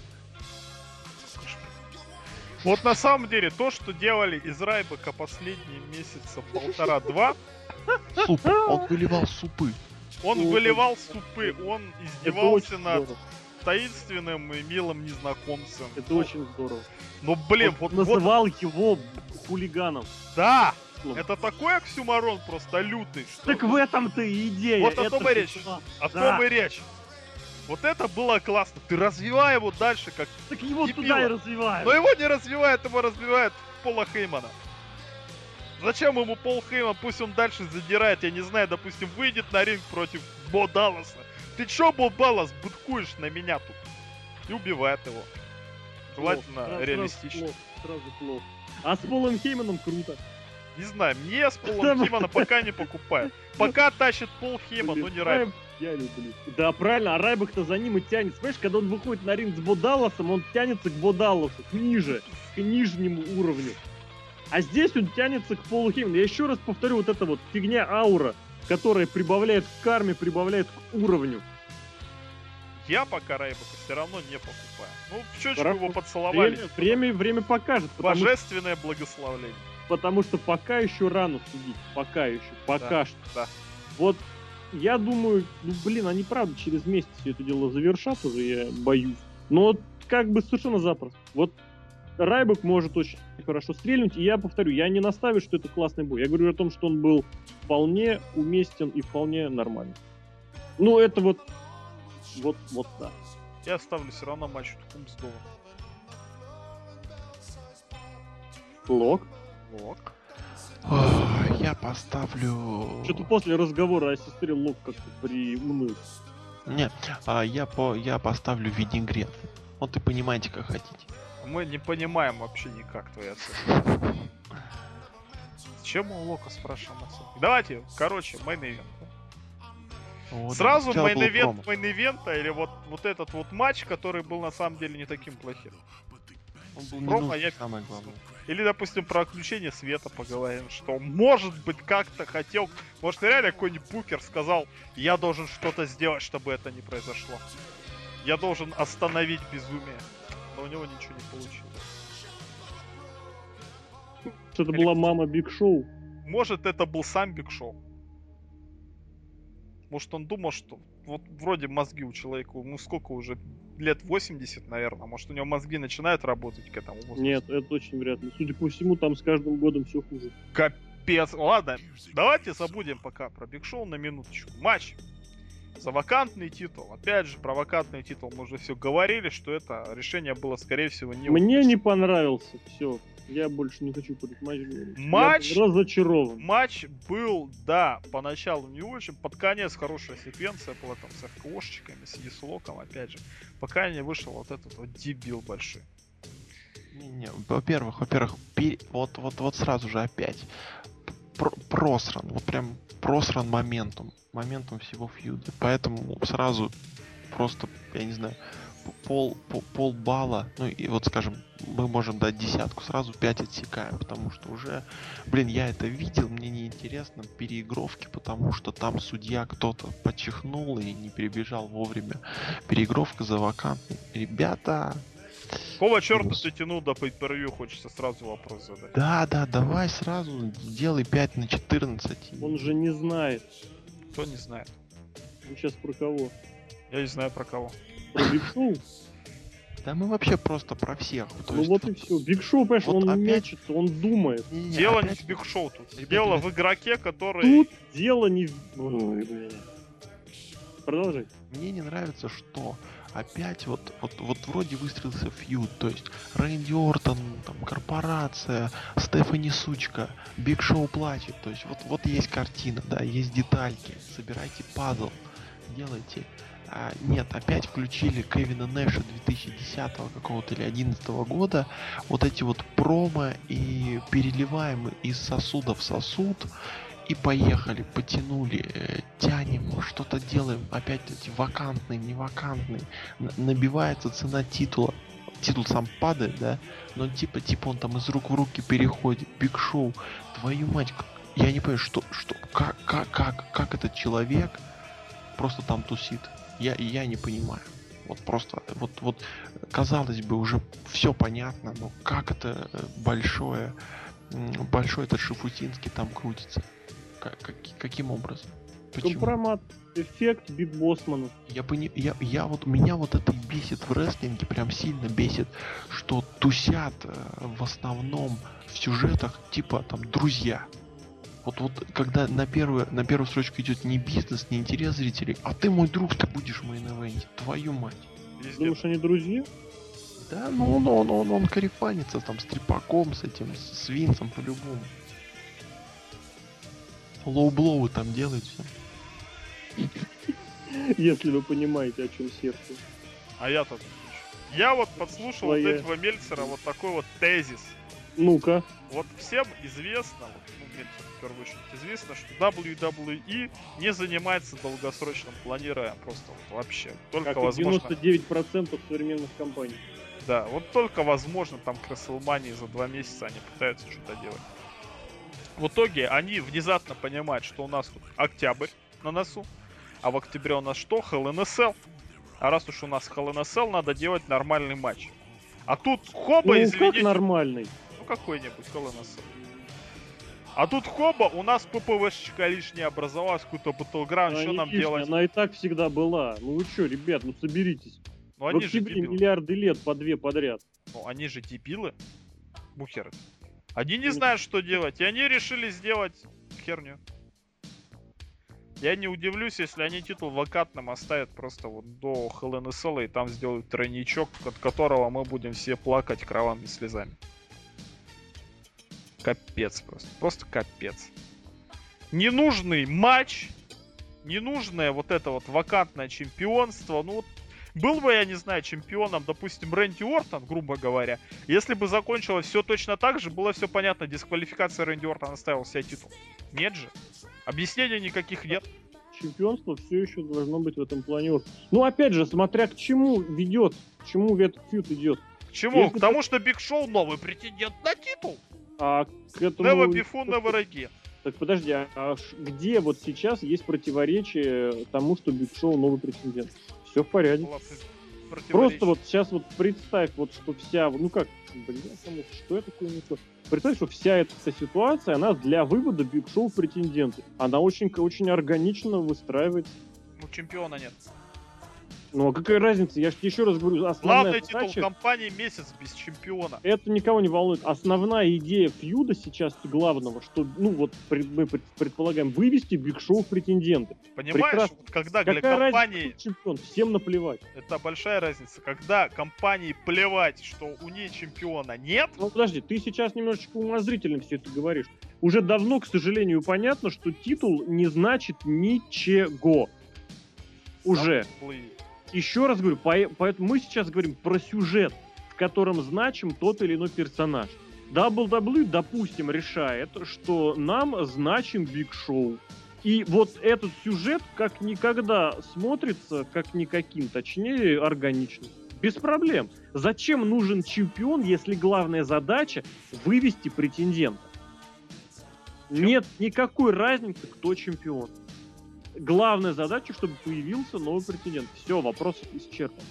Вот на самом деле, то, что делали из Райбека последние месяца полтора-два, Суп, он выливал супы. он выливал супы, он Это издевался очень над здорово. таинственным и милым незнакомцем. Это очень здорово. Ну блин, вот Называл его хулиганом. да! Словом. Это такой оксюмарон просто лютый, что... Так в этом-то и идея. Вот о том и Это речь. всегда- О Да. том и речь. Вот это было классно. Ты развивай его дальше, как... Так его дебила. туда и развивают. Но его не развивает, его развивает Пола Хеймана. Зачем ему Пол Хейман? Пусть он дальше задирает, я не знаю, допустим, выйдет на ринг против Бо Далласа. Ты чё, Бо Даллас, будкуешь на меня тут? И убивает его. Желательно Сразу реалистично. плохо, сразу плохо. А с Полом Хейманом круто. Не знаю, мне с Полом Хеймана пока не покупает. Пока тащит Пол Хейман, но Блин, не Райбек. Я люблю. Да, правильно, а Райбек-то за ним и тянется. Понимаешь, когда он выходит на ринг с Бо Далласом, он тянется к Бо Далласу, ниже, к нижнему уровню. А здесь он тянется к Полу Хейману. Я еще раз повторю, вот эта вот фигня аура, которая прибавляет к карме, прибавляет к уровню. Я пока Райбека все равно не покупаю. Ну, в щечку Хорошо. его поцеловали. Время покажет, Божественное благословление. потому что пока еще рано судить. Пока еще. Пока Да, что. да. Вот я думаю, ну блин, они правда через месяц все это дело завершат уже, я боюсь. Но вот как бы совершенно запросто. Вот Райбек может очень хорошо стрельнуть, и я повторю, я не настаиваю, что это классный бой. Я говорю о том, что он был вполне уместен и вполне нормальный. Ну, это вот да. Я ставлю все равно матч Тумсдова. Лок. Лок. Ой, я поставлю... Что-то после разговора о сестре Лок как-то приуныл. Не, я поставлю винегрет. Вот и понимаете, как хотите. Мы не понимаем вообще никак твои оценки. Зачем мы у Лока спрашиваем оценки? Давайте, короче, мейн-ивент. Вот, Сразу сначала был мейн-ивент промо. мейн-ивента или вот этот вот матч, который был на самом деле не таким плохим. Он был не промо, нужен, я- самое главное. Или, допустим, про отключение света поговорим, что может быть как-то хотел, может реально какой-нибудь букер сказал, я должен что-то сделать, чтобы это не произошло. Я должен остановить безумие. Но у него ничего не получилось. Что-то была мама Биг Шоу. Может, это был сам Биг Шоу. Может, он думал, что вот вроде мозги у человека, ну сколько уже, лет 80, наверное. Может, у него мозги начинают работать к этому возрасту. Нет, это очень вряд ли. Судя по всему, там с каждым годом все хуже. Капец. Ладно, давайте забудем пока про Биг Шоу на минуточку. Матч за вакантный титул. Опять же, про вакантный титул мы уже все говорили, что это решение было, скорее всего, не Мне не понравился. Все. Я больше не хочу про этот матч говорить. Матч? Я разочарован. Матч был, да, поначалу не очень, под конец хорошая секвенция была там с ФКОшечками, с Еслоком, опять же, пока не вышел вот этот вот дебил большой. Не, во-первых, вот сразу же опять просран, вот прям просран моментум всего фьюда, поэтому сразу просто, я не знаю, пол балла, ну и вот скажем, мы можем дать 10, сразу 5 отсекаем, потому что уже, блин, я это видел, мне неинтересно переигровки, потому что там судья кто-то почихнул и не перебежал вовремя. Переигровка за вакантный. Ребята, Какого черта Ужас. ты тянул до pay-per-view, хочется сразу вопрос задать. да, давай сразу делай 5 на 14. Он же не знает. Кто не знает. Он сейчас про кого? Я не знаю про кого. Про Биг Шоу? Да мы вообще просто про всех. То Ну есть вот и все. Биг Шоу, понимаешь, вот он опять- мечется, он думает. не-не-не, Дело не опять в Биг Шоу тут. Ребята, Дело ребята. в игроке, который... Тут дело не... Ой, блин. Продолжай. Мне не нравится, что опять вот вроде выстрелился фьюд, то есть Рэнди Ортон, там, корпорация, Стефани Сучка, Биг Шоу плачет, то есть вот есть картина, да, есть детальки, собирайте пазл, делайте. Нет, опять включили Кевина Нэша 2010 какого-то или 2011 года, вот эти вот промо и переливаем из сосуда в сосуд, И поехали, потянули, тянем, что-то делаем, опять эти вакантные, не вакантные, набивается цена титула. Титул сам падает, да, но типа он там из рук в руки переходит. Биг Шоу, твою мать, я не понимаю, как этот человек просто там тусит. Я не понимаю. Вот просто, вот казалось бы, уже все понятно, но как это большой этот Шафутинский там крутится? Каким образом? Почему? Компромат, эффект Биг Боссмана. Меня вот это и бесит в рестлинге, прям сильно бесит, что тусят в основном в сюжетах типа там друзья. Вот когда на первую строчку идет не бизнес, не интерес зрителей, а ты мой друг, ты будешь в мейн-эвенте, твою мать. Думаешь, они друзья? Да, ну он корефанится там с Трипаком, с этим, с Винсом по-любому. Лоу-блоуы там делают все. Если вы понимаете, о чем сердце. А я-то... Я вот подслушал вот этого Мельцера вот такой вот тезис. Ну-ка. Вот всем известно, Мельцеру в первую очередь известно, что WWE не занимается долгосрочным планированием просто вот вообще. Только как возможно... 99% современных компаний. Да, вот только возможно там к WrestleMania за 2 месяца они пытаются что-то делать. В итоге они внезапно понимают, что у нас тут октябрь на носу, а в октябре у нас что? Hell in a Cell. А раз уж у нас Hell in a Cell, надо делать нормальный матч. А тут хоба, извините... как нормальный? Ну какой-нибудь Hell in a Cell. А тут хоба, у нас ППВшечка лишняя образовалась, какой-то Battleground, что нам делать? Она и так всегда была. Ну вы что, ребят, ну соберитесь. Ну они в же октябре дебилы. миллиарды лет по 2 подряд. Ну они же дебилы. Бухеры. Они не знают, что делать, и они решили сделать херню. Я не удивлюсь, если они титул вакантным оставят просто вот до Hell in a Cell и там сделают тройничок, от которого мы будем все плакать кровавыми слезами. Капец просто. Просто капец. Ненужный матч, ненужное вот это вот вакантное чемпионство. Ну вот был бы, я не знаю, чемпионом, допустим, Рэнди Ортон, грубо говоря, если бы закончилось все точно так же, было все понятно, дисквалификация Рэнди Ортона оставил себе титул. Нет же. Объяснений никаких нет. Чемпионство все еще должно быть в этом плане. Ну, опять же, смотря к чему ведет, к чему этот фьюд идет. К чему? Если к тому, что Биг Шоу новый претендент на титул. А к этому... Never before, never again. Так подожди, где вот сейчас есть противоречие тому, что Биг Шоу новый претендент? Все в порядке. Просто вот сейчас вот представь, вот что вся, ну как, что я такое несу? Представь, что вся эта ситуация, она для вывода Биг Шоу в претенденты. Она очень органично выстраивается. Ну, чемпиона нет. Ну а какая разница? Я же еще раз говорю, главный титул компании месяц без чемпиона. Это никого не волнует. Основная идея фьюда сейчас главного, что, ну вот мы предполагаем вывести Биг Шоу в претенденты. Понимаешь, вот когда для компании чемпион, всем наплевать. Это большая разница. Когда компании плевать, что у нее чемпиона нет. Ну подожди, ты сейчас немножечко умозрительно все это говоришь. Уже давно, к сожалению, понятно, что титул не значит ничего. Уже. Еще раз говорю, поэтому мы сейчас говорим про сюжет, в котором значим тот или иной персонаж. WWE, допустим, решает, что нам значим Биг Шоу. И вот этот сюжет как никогда смотрится, как никаким, точнее, органично. Без проблем. Зачем нужен чемпион, если главная задача вывести претендента? Нет никакой разницы, кто чемпион. Главная задача, чтобы появился новый претендент. Все, вопрос исчерпан.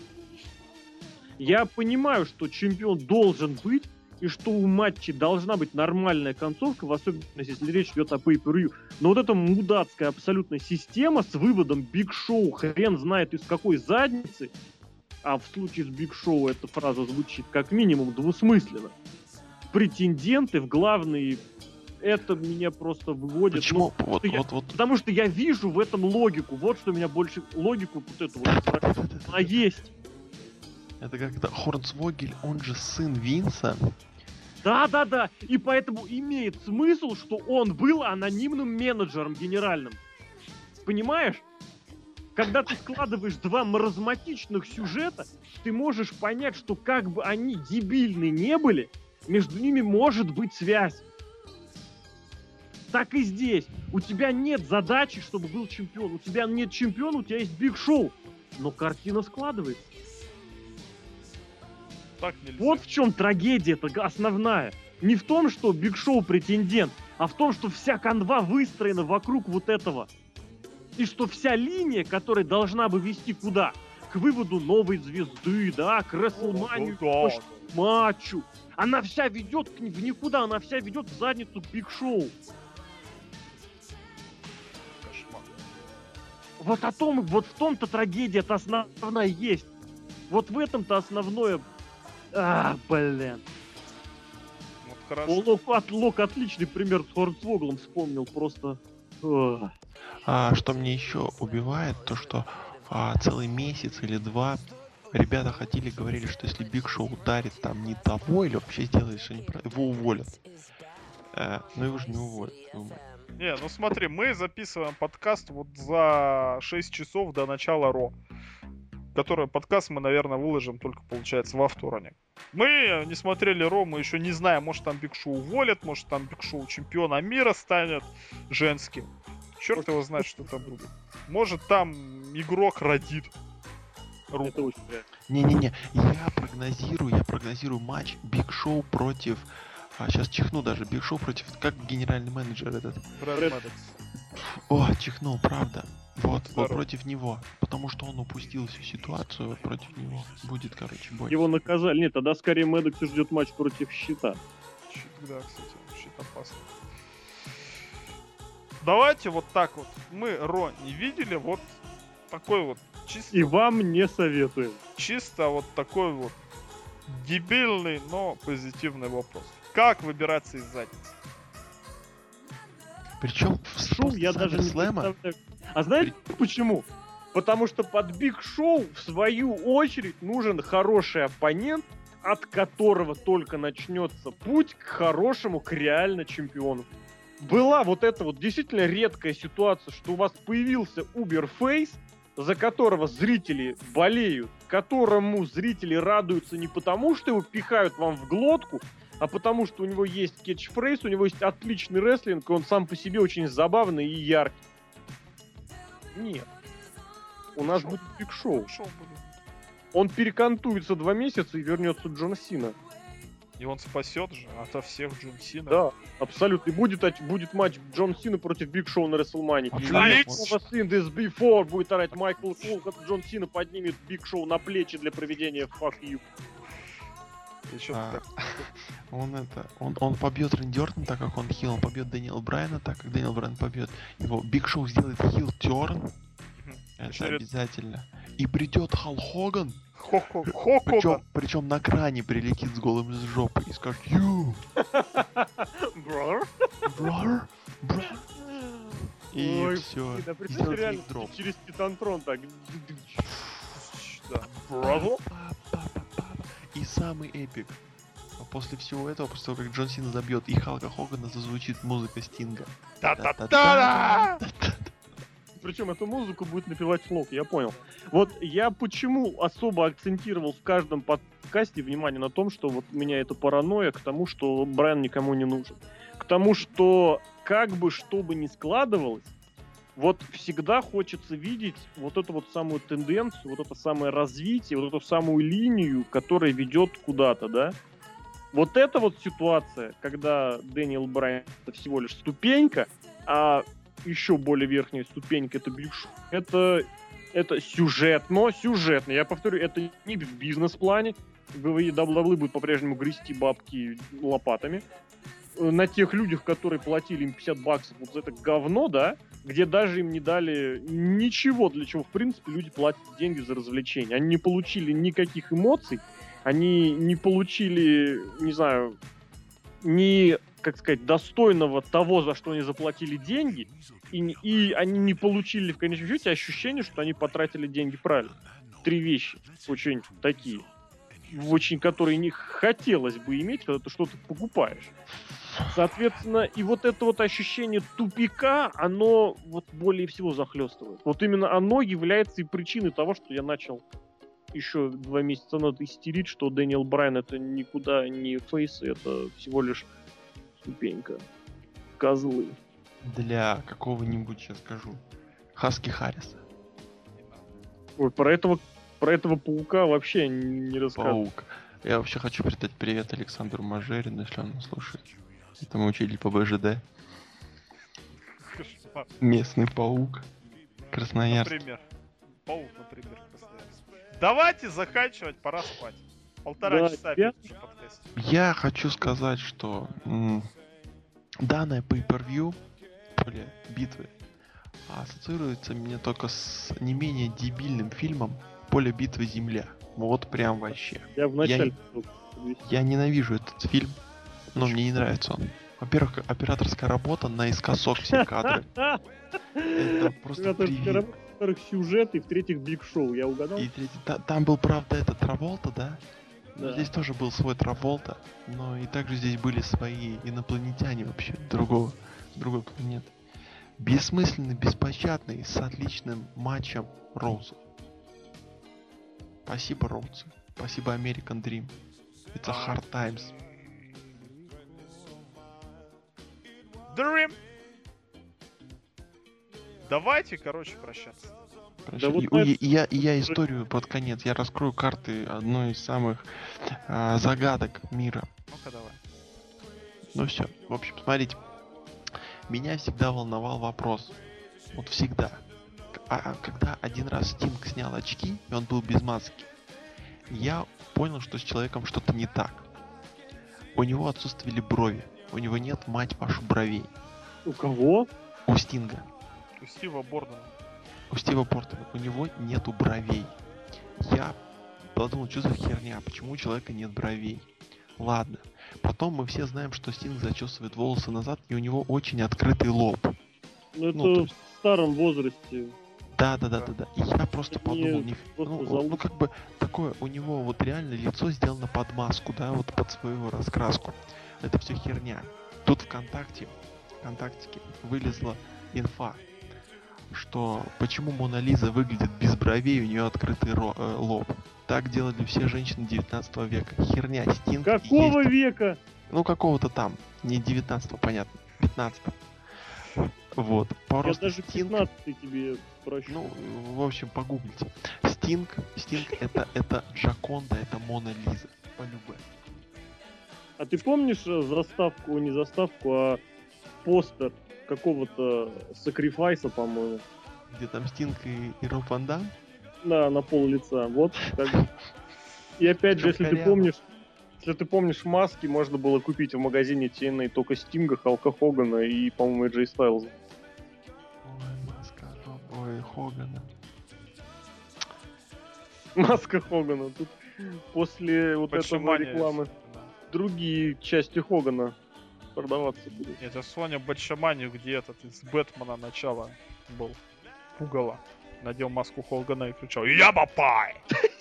Я понимаю, что чемпион должен быть, и что у матчей должна быть нормальная концовка, в особенности, если речь идет о pay-per-view. Но вот эта мудацкая абсолютная система с выводом Биг Шоу, хрен знает из какой задницы, а в случае с Биг Шоу эта фраза звучит как минимум двусмысленно. Претенденты в главные... Это меня просто выводит. Почему? Потому что я вижу в этом логику. Вот что меня больше... Логику вот эту вот. Она есть. Это как-то Хорнсвогель, он же сын Винса. Да. И поэтому имеет смысл, что он был анонимным менеджером генеральным. Понимаешь? Когда ты складываешь два маразматичных сюжета, ты можешь понять, что как бы они дебильны не были, между ними может быть связь. Так и здесь. У тебя нет задачи, чтобы был чемпион. У тебя нет чемпиона, у тебя есть Биг Шоу. Но картина складывается. Так нельзя. Вот в чем трагедия основная. Не в том, что Биг Шоу претендент, а в том, что вся канва выстроена вокруг вот этого. И что вся линия, которая должна бы вести куда? К выводу новой звезды, да, к Рестлманию, к матчу. Она вся ведет в никуда, она вся ведет в задницу Биг Шоу. Кошмар. Вот в том-то трагедия-то основная есть. Вот в этом-то основное... блин. Вот хорошо. Лок отличный пример с Хорнсвоглом вспомнил, просто... Что мне еще убивает, то что целый месяц или два ребята говорили, что если Биг Шоу ударит там не того или вообще сделает что неправильно, его уволят. Но его же не уволят. Не, ну смотри, мы записываем подкаст вот за 6 часов до начала Ро. Который подкаст мы, наверное, выложим только, получается, во вторник. Мы не смотрели Ро, мы еще не знаем, может там Биг Шоу уволят, может там Биг Шоу чемпиона мира станет женским. Черт его знает, что там будет. Может там игрок родит руку. Это очень реально. Не-не-не, я прогнозирую матч Биг Шоу против... сейчас чихну даже. Биг Шоу против... Как генеральный менеджер этот? Брэд Мэддокс. О, чихнул, правда. Вот Здорово. против него. Потому что он упустил всю ситуацию, вот против него будет, короче, бой. Его наказали. Нет, тогда скорее Мэддокс ждет матч против Щита. Щит, да, кстати, щит опасный. Давайте вот так вот. Мы Ро не видели, вот такой вот чисто... И вам не советуем. Чисто вот такой вот дебильный, но позитивный вопрос. Как выбираться из задницы? Причем в Шоу я даже не SummerSlam представляю. А знаете почему? Потому что под Биг Шоу, в свою очередь, нужен хороший оппонент, от которого только начнется путь к хорошему, к реально чемпиону. Была вот эта вот действительно редкая ситуация, что у вас появился Уберфейс, за которого зрители болеют, которому зрители радуются не потому, что его пихают вам в глотку, а потому что у него есть кетчфрейз, у него есть отличный рестлинг, и он сам по себе очень забавный и яркий. Нет. У нас будет Биг Шоу. Шоу будет. Он перекантуется 2 месяца и вернется Джон Сина. И он спасет же ото всех Джон Сина. Да, абсолютно. И будет матч Джон Сина против Биг Шоу на Рестлмании. Отлично. Seen this before будет орать Майкл Кол, как Джон Сина поднимет Биг Шоу на плечи для проведения Fuck You. И чё ты так? Он побьет Рэнди Ортона, так как он хил, он побьет Дэниела Брайана, так как Дэниел Брайан побьет его. Биг Шоу сделает хил терн. Это обязательно. И придет Халк Хоган. Хо-хо-хо-хо. Причем на кране прилетит с голым из жопы и скажет «Ю! Брар. Брар! Брар!» И Ой, все. блин, а представь, реально дроп. через Титантрон так. Да. Браво. И самый эпик. После всего этого, после того, как Джон Сина забьет и Халка Хогана, зазвучит музыка Стинга. Та-та-та-да! Причем эту музыку будет напевать Флок, я понял. Вот я почему особо акцентировал в каждом подкасте внимание на том, что вот у меня это паранойя к тому, что Брайан никому не нужен. К тому, что как бы что бы ни складывалось, вот всегда хочется видеть вот эту вот самую тенденцию, вот это самое развитие, вот эту самую линию, которая ведет куда-то, да? Вот эта вот ситуация, когда Дэниел Брайан это всего лишь ступенька, а еще более верхняя ступенька это Биг Шоу, это сюжетно. Я повторю, это не в бизнес-плане. WWE будет по-прежнему грести бабки лопатами. На тех людях, которые платили им $50 вот за это говно, да, где даже им не дали ничего, для чего, в принципе, люди платят деньги за развлечения. Они не получили никаких эмоций, они не получили, не знаю, ни, как сказать, достойного того, за что они заплатили деньги, и они не получили, в конечном счете, ощущение, что они потратили деньги правильно. 3 вещи очень такие, которые не хотелось бы иметь, когда ты что-то покупаешь. Соответственно, и вот это вот ощущение тупика, оно вот более всего захлестывает. Вот именно оно является и причиной того, что я начал еще 2 месяца назад истерить, что Дэниел Брайан это никуда не фейс, это всего лишь ступенька. Козлы. для какого-нибудь, я скажу, Хаски Харриса. Ой, про этого паука вообще не рассказывал. Паук. Я вообще хочу передать привет Александру Мажерину, если он нас слушает. Это мой учитель по БЖД. Кошмар. Местный паук. Красноярск. Например. Паук, например, Красноярск. Давайте заканчивать, пора спать. 1,5 Да, часа я- опять уже подкаст. Я хочу сказать, что данное pay-per-view, поле битвы, ассоциируется мне только с не менее дебильным фильмом «Поле битвы Земля». Вот прям вообще. Я вначале... Я ненавижу этот фильм, но мне не нравится он. Во-первых, операторская работа наискосок все кадры. Это просто привет. Во-вторых, сюжет, и в-третьих, Биг Шоу. Я угадал? И третий, там был, правда, этот Траволта, да? Но Да. здесь тоже был свой Траволта, но и также здесь были свои инопланетяне вообще, другой планеты. Бессмысленный, беспощадный, с отличным матчем Роузов. Спасибо, Роузы. Спасибо, American Dream. It's a hard times. Dream. Давайте, короче, прощаться. Хорошо. вот И- на и я историю под конец. Я раскрою карты одной из самых загадок мира. Ну-ка, давай. Ну все. В общем, смотрите. Меня всегда волновал вопрос. Вот всегда. Когда один раз Стинг снял очки, и он был без маски, я понял, что с человеком что-то не так. У него отсутствовали брови. У него нет, мать вашу, бровей. У кого? У Стинга. У Стива Бордена. У Стива Портера. У него нету бровей. Я подумал, что за херня? Почему у человека нет бровей? Ладно. Потом мы все знаем, что Стинг зачесывает волосы назад, и у него очень открытый лоб. Ну, это Ну, то в старом возрасте. Да. И я просто Это подумал, не просто ну залупа. как бы такое, у него вот реально лицо сделано под маску, да, вот под свою раскраску. Это все херня. Тут ВКонтактике вылезла инфа, что почему Мона Лиза выглядит без бровей, у нее открытый лоб. Так делали все женщины 19 века. Херня, Стинг и Какого есть. века? Ну какого-то там, не 19-го, понятно, 15-го. Вот, Я просто даже Стинг, 15-й тебе прощу. ну, в общем, погуглите. Стинг это Джаконда, это Мона Лиза, по-любому. А ты помнишь заставку, не заставку, а постер какого-то сакрифайса, по-моему? Где там Стинг и Роб Ван Дам? На пол лица. Вот. Так. И опять же, если ты помнишь маски, можно было купить в магазине TNA только Стинга, Халка Хогана и, по-моему, Джей Стайлза. Ой, маска Роба, ой, Хогана. Маска Хогана. Тут после вот этого Большемания, рекламы естественно. другие части Хогана продаваться будут. Это Соня Большеманию, где этот из Бэтмена начала был. Пугало. Надел маску Хогана и кричал: «Я Папай!»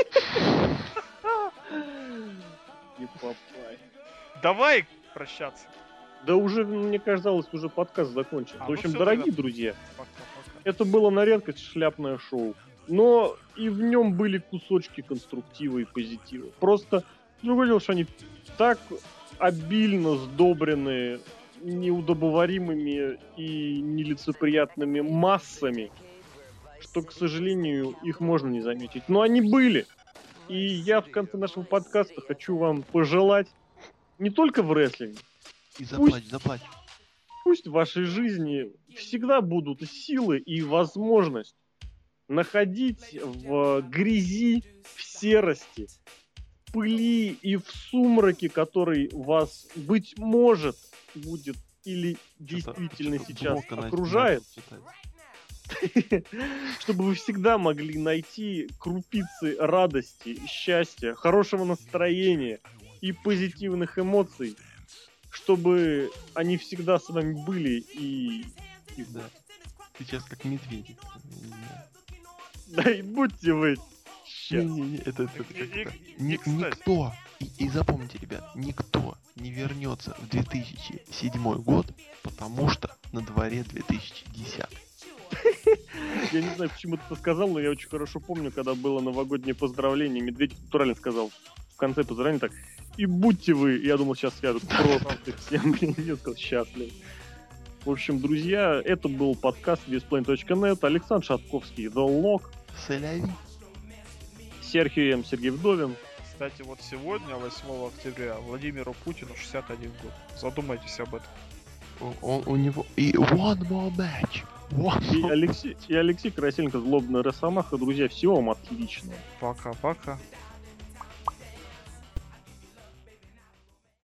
Не попай. Давай прощаться. Да уже, мне казалось, уже подкаст закончен. А, В ну общем, всё, дорогие тогда. друзья, Пока-пока. это было на редкость шляпное шоу. Но и в нем были кусочки конструктива и позитива. Просто другое дело, что они так обильно сдобрены неудобоваримыми и нелицеприятными массами, что, к сожалению, их можно не заметить. Но они были. И я в конце нашего подкаста хочу вам пожелать не только в рестлинге, И заплачь. пусть в вашей жизни всегда будут силы и возможность находить в грязи, в серости, в пыли и в сумраке, который вас, быть может, будет или действительно Что-то сейчас Блока окружает, начал читать. чтобы вы всегда могли найти крупицы радости, счастья, хорошего настроения и позитивных эмоций, чтобы они всегда с вами были и Да. Ты сейчас как медведь. да и будьте вы счастливы. Не-не-не, это И- как-то... и, кстати, Никто, и запомните, ребят, никто не вернется в 2007 год, потому что на дворе 2010. Я не знаю, почему ты это сказал, но я очень хорошо помню, когда было новогоднее поздравление, Медведь натурально сказал в конце поздравления так: и будьте вы, я думал, сейчас скажут, просто всем, я сказал, счастливы. В общем, друзья, это был подкаст Display.net. Александр Шатковский, The Lock. Соляви. Серхио М. Сергей Вдовин. Кстати, вот сегодня, 8 октября, Владимиру Путину 61 год. Задумайтесь об этом. У него... И one more match. И Алексей Красильников, Злобная Росомаха. Друзья, всего вам отличного. Пока-пока.